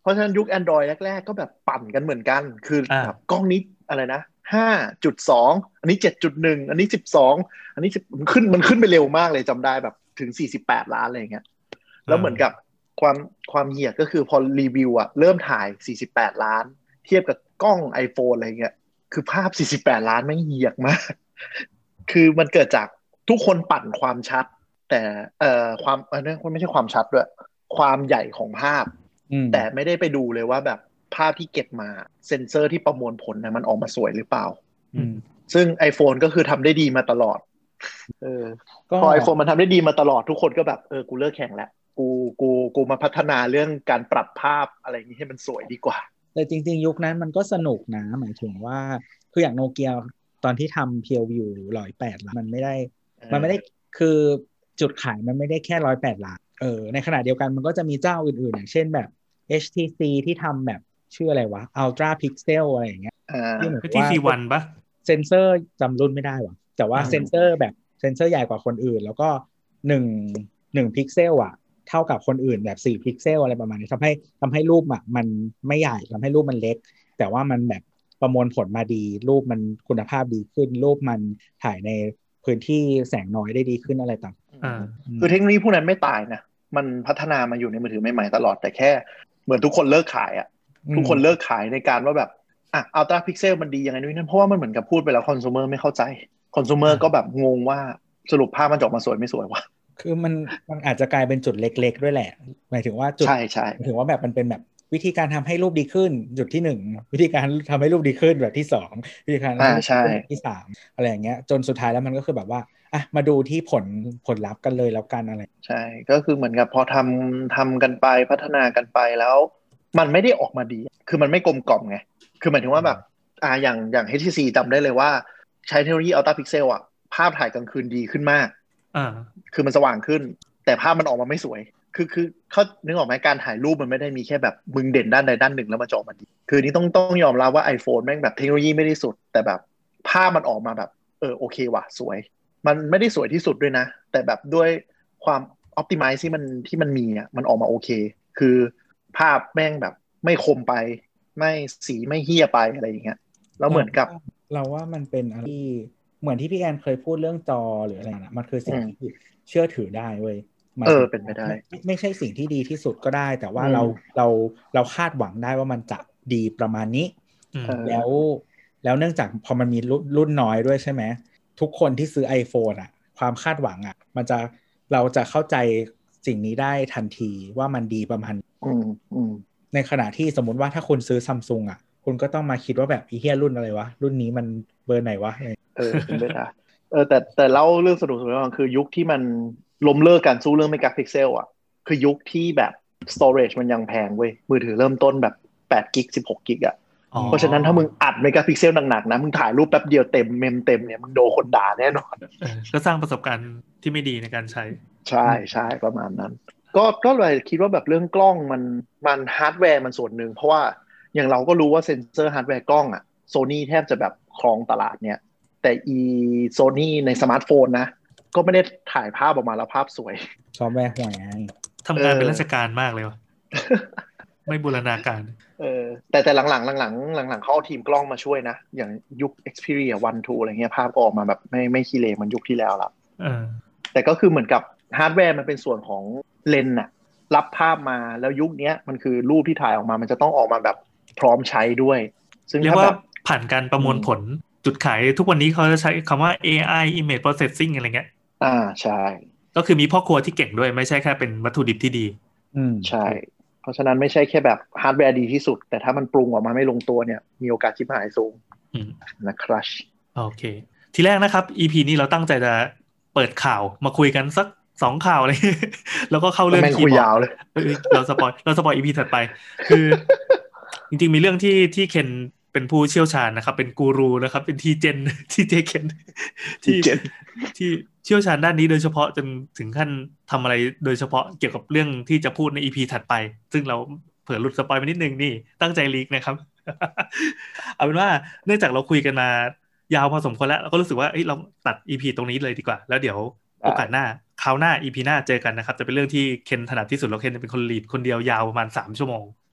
เพราะฉะนั้นยุค Android แรกๆก็แบบปั่นกันเหมือนกันคือแบบกล้องนี้อะไรนะ ห้าจุดสอง อันนี้ เจ็ดจุดหนึ่ง อันนี้สิบสองอันนี้มันขึ้นมันขึ้นไปเร็วมากเลยจำได้แบบถึงสี่สิบแปดล้านอะไรอย่างเงี้ยแล้วเหมือนกับความความเหี้ยก็คือพอรีวิวอะเริ่มถ่ายสี่สิบแปดล้านเทียบกับกล้อง iPhone อะไรเงี้ยคือภาพสี่สิบแปดล้านไม่เหี้ยมากคือมันเกิดจากทุกคนปั่นความชัดแต่เอ่อความอันนั้นไม่ใช่ความชัดด้วยความใหญ่ของภาพแต่ไม่ได้ไปดูเลยว่าแบบภาพที่เก็บมาเซ็นเซอร์ที่ประมวลผลนะมันออกมาสวยหรือเปล่าซึ่ง iPhone ก็คือทำได้ดีมาตลอดเออพอ iPhone มันทำได้ดีมาตลอดทุกคนก็แบบเออกูเลิกแข่งแล้วกูกูกูมาพัฒนาเรื่องการปรับภาพอะไรอย่างนี้ให้มันสวยดีกว่าแต่จริงๆยุคนั้นมันก็สนุกนะหมายถึงว่าคืออย่างโนเกียตอนที่ทำ PureView หนึ่งร้อยแปดล้านมันไม่ได้มันไม่ได้คือจุดขายมันไม่ได้แค่หนึ่งร้อยแปดล้านเออในขณะเดียวกันมันก็จะมีเจ้าอื่นๆอย่างเช่นแบบ เอช ที ซี ที่ทำแบบชื่ออะไรวะ Ultra Pixel อะไรอย่างเงี้ยที่เหมือนว่า ที วัน ป่ะเซนเซอร์จำรุ่นไม่ได้ว่ะแต่ว่าเซนเซอร์แบบเซนเซอร์ใหญ่กว่าคนอื่นแล้วก็หนึ่ง หนึ่งพิกเซลอ่ะเท่ากับคนอื่นแบบสี่พิกเซลอะไรประมาณนี้ทำให้ทำให้รูปอ่ะมันไม่ใหญ่ทำให้รูปมันเล็กแต่ว่ามันแบบประมวลผลมาดีรูปมันคุณภาพดีขึ้นรูปมันถ่ายในพื้นที่แสงน้อยได้ดีขึ้นอะไรต่างๆคือเทคโนโลยีพวกนั้นไม่ตายนะมันพัฒนามาอยู่ในมือถือใหม่ๆตลอดแต่แค่เหมือนทุกคนเลิกขายอ่ะทุกคนเลิกขายในการว่าแบบอ่ะ Ultra Pixel มันดียังไงนู่นนั่นเพราะว่ามันเหมือนกับพูดไปแล้วคอน sumer ไม่เข้าใจคอน sumer ก็แบบงงว่าสรุปภาพมันออกมาสวยไม่สวยวะคือมันมันอาจจะกลายเป็นจุดเล็กๆด้วยแหละหมายถึงว่าจุดใช่ใช่หมายถึงว่าแบบมันเป็นแบบวิธีการทำให้รูปดีขึ้นจุดที่หนึ่งวิธีการทำให้รูปดีขึ้นแบบที่สองวิธีการทำให้รูปดีขึ้นแบบที่สามอะไรอย่างเงี้ยจนสุดท้ายแล้วมันก็คือแบบว่าอ่ะมาดูที่ผลผลลัพธ์กันเลยแล้วกันอะไรใช่ก็คือเหมือนกับพอทำทำกันไปพัฒนากันไปแล้วมันไม่ได้ออกมาดีคือมันไม่กลมกล่อมไงคือหมายถึงว่าแบบอ่าอย่างอย่าง เอช ที ซี จำได้เลยว่าใช้เทคโนโลยี Ultra Pixel อ่ะภาพถ่ายกลางคืนดีขึ้นมากอ่าคือมันสว่างขึ้นแต่ภาพมันออกมาไม่สวยคือคือเขานึกออกไหมการถ่ายรูปมันไม่ได้มีแค่แบบมึงเด่นด้านใดด้านหนึ่งแล้วมันจะออกมาดีคือนี่ต้องต้องยอมรับว่า iPhone แม่งแบบเทคโนโลยีไม่ได้สุดแต่แบบภาพมันออกมาแบบเออโอเคว่ะสวยมันไม่ได้สวยที่สุดด้วยนะแต่แบบด้วยความ optimize ที่มันที่มันมีอ่ะมันออกมาโอเคคือภาพแม่งแบบไม่คมไปไม่สีไม่เหี้ยไปอะไรอย่างเงี้ยแล้วเหมือนกับเราว่ามันเป็นอะไรที่เหมือนที่พี่แอนเคยพูดเรื่องจอหรืออะไรนะมันคือสิ่งที่เชื่อถือได้เว้ยเออเป็นไปได้ไม่ไม่ใช่สิ่งที่ดีที่สุดก็ได้แต่ว่าเราเราเราคาดหวังได้ว่ามันจะดีประมาณนี้แล้วแล้วเนื่องจากพอมันมีรุ่นน้อยด้วยใช่ไหมทุกคนที่ซื้อ iPhone อ่ะความคาดหวังอ่ะมันจะเราจะเข้าใจสิ่งนี้ได้ทันทีว่ามันดีประมาณอืมอืมในขณะที่สมมุติว่าถ้าคุณซื้อ Samsung อ่ะคุณก็ต้องมาคิดว่าแบบอีเหี้ยรุ่นอะไรวะรุ่นนี้มันเบอร์ไหนวะเออเป็นไปได้เออแต่แต่เล่าเรื่องสนุกๆก็คือยุคที่มันล้มเลิกการสู้เรื่องเมกะพิกเซลอ่ะคือยุคที่แบบ storage มันยังแพงเว้ยมือถือเริ่มต้นแบบแปดกิกสิบหกกิกอ่ะเพราะฉะนั้นถ้ามึงอัดเมกะพิกเซลหนักๆนะมึงถ่ายรูปแป๊บเดียวเต็มเมมเต็มเนี่ยมึงโดนคนด่าแน่นอนก็สร้างประสบการณ์ที่ไม่ดีในการใช้ใช่ใช่ประมาณนั้นก็ก็เลยคิดว่าแบบเรื่องกล้องมันมันฮาร์ดแวร์มันส่วนหนึ่งเพราะว่าอย่างเราก็รู้ว่าเซ็นเซอร์ฮาร์ดแวร์กล้องอ่ะ Sony แทบจะแบบครองตลาดเนี่ยแต่อี Sony ในสมาร์ทโฟนนะก็ไม่ได้ถ่ายภาพออกมาแล้วภาพสวยซอฟต์แวร์ห่วยไงทำงานเป็นราชการมากเลยวะ ไม่บูรณาการเออแต่แต่หลังๆหลังๆหลังๆเขาเอาทีมกล้องมาช่วยนะอย่างยุค Xperia วัน ทูอะไรเงี้ยภาพก็ออกมาแบบไม่ไม่ขี้เหร่เหมือนยุคที่แล้วละเออแต่ก็คือเหมือนกับฮาร์ดแวร์มันเป็นส่วนของเลนส์น่ะรับภาพมาแล้วยุคนี้มันคือรูปที่ถ่ายออกมามันจะต้องออกมาแบบพร้อมใช้ด้วยซึ่งเรียกว่าผ่านการประมวลผลจุดขายทุกวันนี้เขาจะใช้คำว่า เอ ไอ Image Processing อะไรเงี้ยอ่าใช่ก็คือมีพ่อครัวที่เก่งด้วยไม่ใช่แค่เป็นวัตถุดิบที่ดีอืมใช่เพราะฉะนั้นไม่ใช่แค่แบบฮาร์ดแวร์ดีที่สุดแต่ถ้ามันปรุงออกมาไม่ลงตัวเนี่ยมีโอกาสชิบหายสูงนะครับโอเคทีแรกนะครับ อี พี นี้เราตั้งใจจะเปิดข่าวมาคุยกันสักสองข่าวเลย แล้วก็เข้าเรื่องคีย์บอร์ดเราสปอยเราสปอย อี พี ถัดไปคือจริงๆมีเรื่องที่ที่เคนเป็นผู้เชี่ยวชาญนะครับเป็นกูรูนะครับเป็นทีเจนที่เจเคนที่ที่เชี่ยวชาญด้านนี้โดยเฉพาะจนถึงขั้นทำอะไรโดยเฉพาะเกี่ยวกับเรื่องที่จะพูดใน อี พี ถัดไปซึ่งเราเผื่อหลุดสปอยไปนิดนึงนี่ตั้งใจลีกนะครับ เอาเป็นว่าเนื่องจากเราคุยกันมายาวพอสมควรแล้วเราก็รู้สึกว่าเอ้ยเราตัด อี พี ตรงนี้เลยดีกว่าแล้วเดี๋ยวโอกาสหน้าคราวหน้า อี พี หน้าเจอกันนะครับจะเป็นเรื่องที่เคนถนัดที่สุดแล้วเคนจะเป็นคนลีดคนเดียวยาวประมาณสามชั่วโมง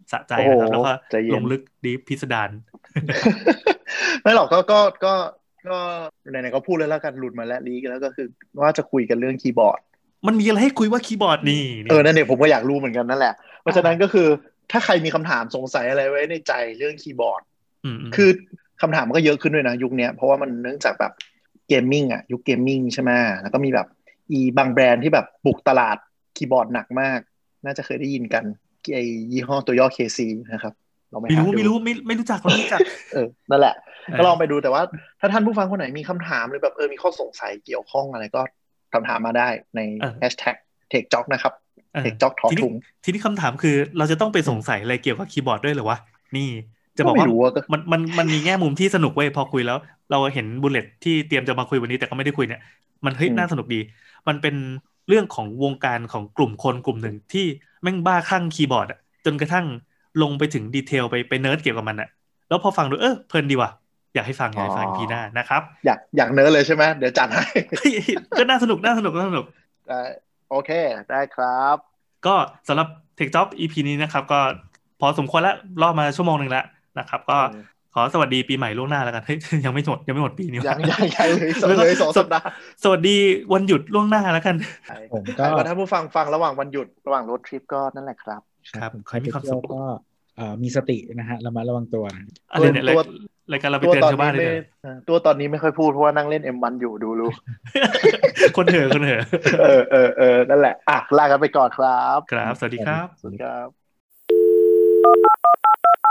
สะใจนะครับแล้วก็ใจเย็นลงลึกดีพิสดารไม่หรอกก็ก็ก็ก็ไหนๆก็พูดแล้วแล้วกันหลุดมาแล้วลีกแล้วก็คือว่าจะคุยกันเรื่องคีย์บอร์ดมันมีอะไรให้คุยว่าคีย์บอร์ดนี่เออนั่นเนี่ยผมก็อยากรู้เหมือนกันนั่นแหละเพราะฉะนั้นก็คือถ้าใครมีคำถามสงสัยอะไรไว้ในใจเรื่องคีย์บอร์ดอืมคือคำถามมันก็เยอะขึ้นด้วยนะยุคนี้เพราะว่ามันเนื่องจากแบบเกมมิ่งอ่ะยุคเกมมิ่งใช่ไหมแล้วก็มีแบบอีบางแบรนด์ที่แบบบุกตลาดคีย์บอร์ดหนักมากน่าจะเคยได้ยินกันไอ้ยี่ห้อตัวย่อ เค ซี นะครับเราไม่ไม่รู้หาดูไม่รู้ไม่ไม่รู้จักเราไม่รู้จักเออนั่นแหละก็ลองไปดูแต่ว่าถ้าท่านผู้ฟังคนไหนมีคำถามหรือแบบเออมีข้อสงสัยเกี่ยวข้องอะไรก็คำถามมาได้ในเออแฮชแท็ก เทคจ็อก นะครับเออเทคจ็อกถอดทีนี้ถุงทีนี้คำถามคือเราจะต้องไปสงสัยอะไรเกี่ยวกับคีย์บอร์ดด้วยเหรอวะนี่จะบอกก็ไม่ว่ารู้อะก็มันมันมันมีแง่มุมที่สนุกเว้ยพอคุยแล้ว เราเห็นบุลเลตที่เตรียมจะมาคุยวันนี้แต่ก็ไม่ได้คุยเนี่ยมันเฮ้ยอืมน่าสนุกดี มันเป็นเรื่องของวงการของกลุ่มคนกลุ่มหนึ่งที่แม่งบ้าคลั่งคีย์บอร์ดอะจนกระทั่งลงไปถึงดีเทลไปไปเนิร์ดเกี่ยวกับมันอะแล้วพอฟังดูเออเพลินดีว่ะอยากให้ฟังอยากให้ฟังอีพีหน้านะครับอยากอยากเนิร์ดเลยใช่ไหมเดี๋ยวจัดให้เฮ้ยก็น่าสนุกน่าสนุกน่าสนุกได้โอเคได้ครับก็สำหรับ Tech Job อี พี นี้นะครับก็พอสมควรแล้วรอบมาชั่วโมงหนึ่งแล้วนะครับก็อืมขอสวัสดีปีใหม่ล่วงหน้าแล้วกันเฮ้ย ยังไม่หมดยังไม่หมดปีนี้ยัวะงยังยังเลยสองเลยสองสัปดาห์สวัสดีวันหยุดล่วงหน้าแล้วกันผมก็ก็ถ้าผู้ฟังฟังระหว่างวันหยุดระหว่างรถทริปก็นั่นแหละครับครับผมใครไปมีความเที่ยวสุขก็เอ่อมีสตินะฮะระมัดระวังตัวนะอะไรเนี่ยตัวรายการเราไปตัวเตือนตอนชาวบ้านี้นเลยไม่เนี่ยเออตัวตอนนี้ไม่ค่อยพูดเพราะว่านั่งเล่น เอ็ม วัน อยู่ดูรู้คนเหอะคนเหอะเออเออเออนั่นแหละอ่ะลากันไปก่อนครับครับสวัสดีครับสวัสดีครับ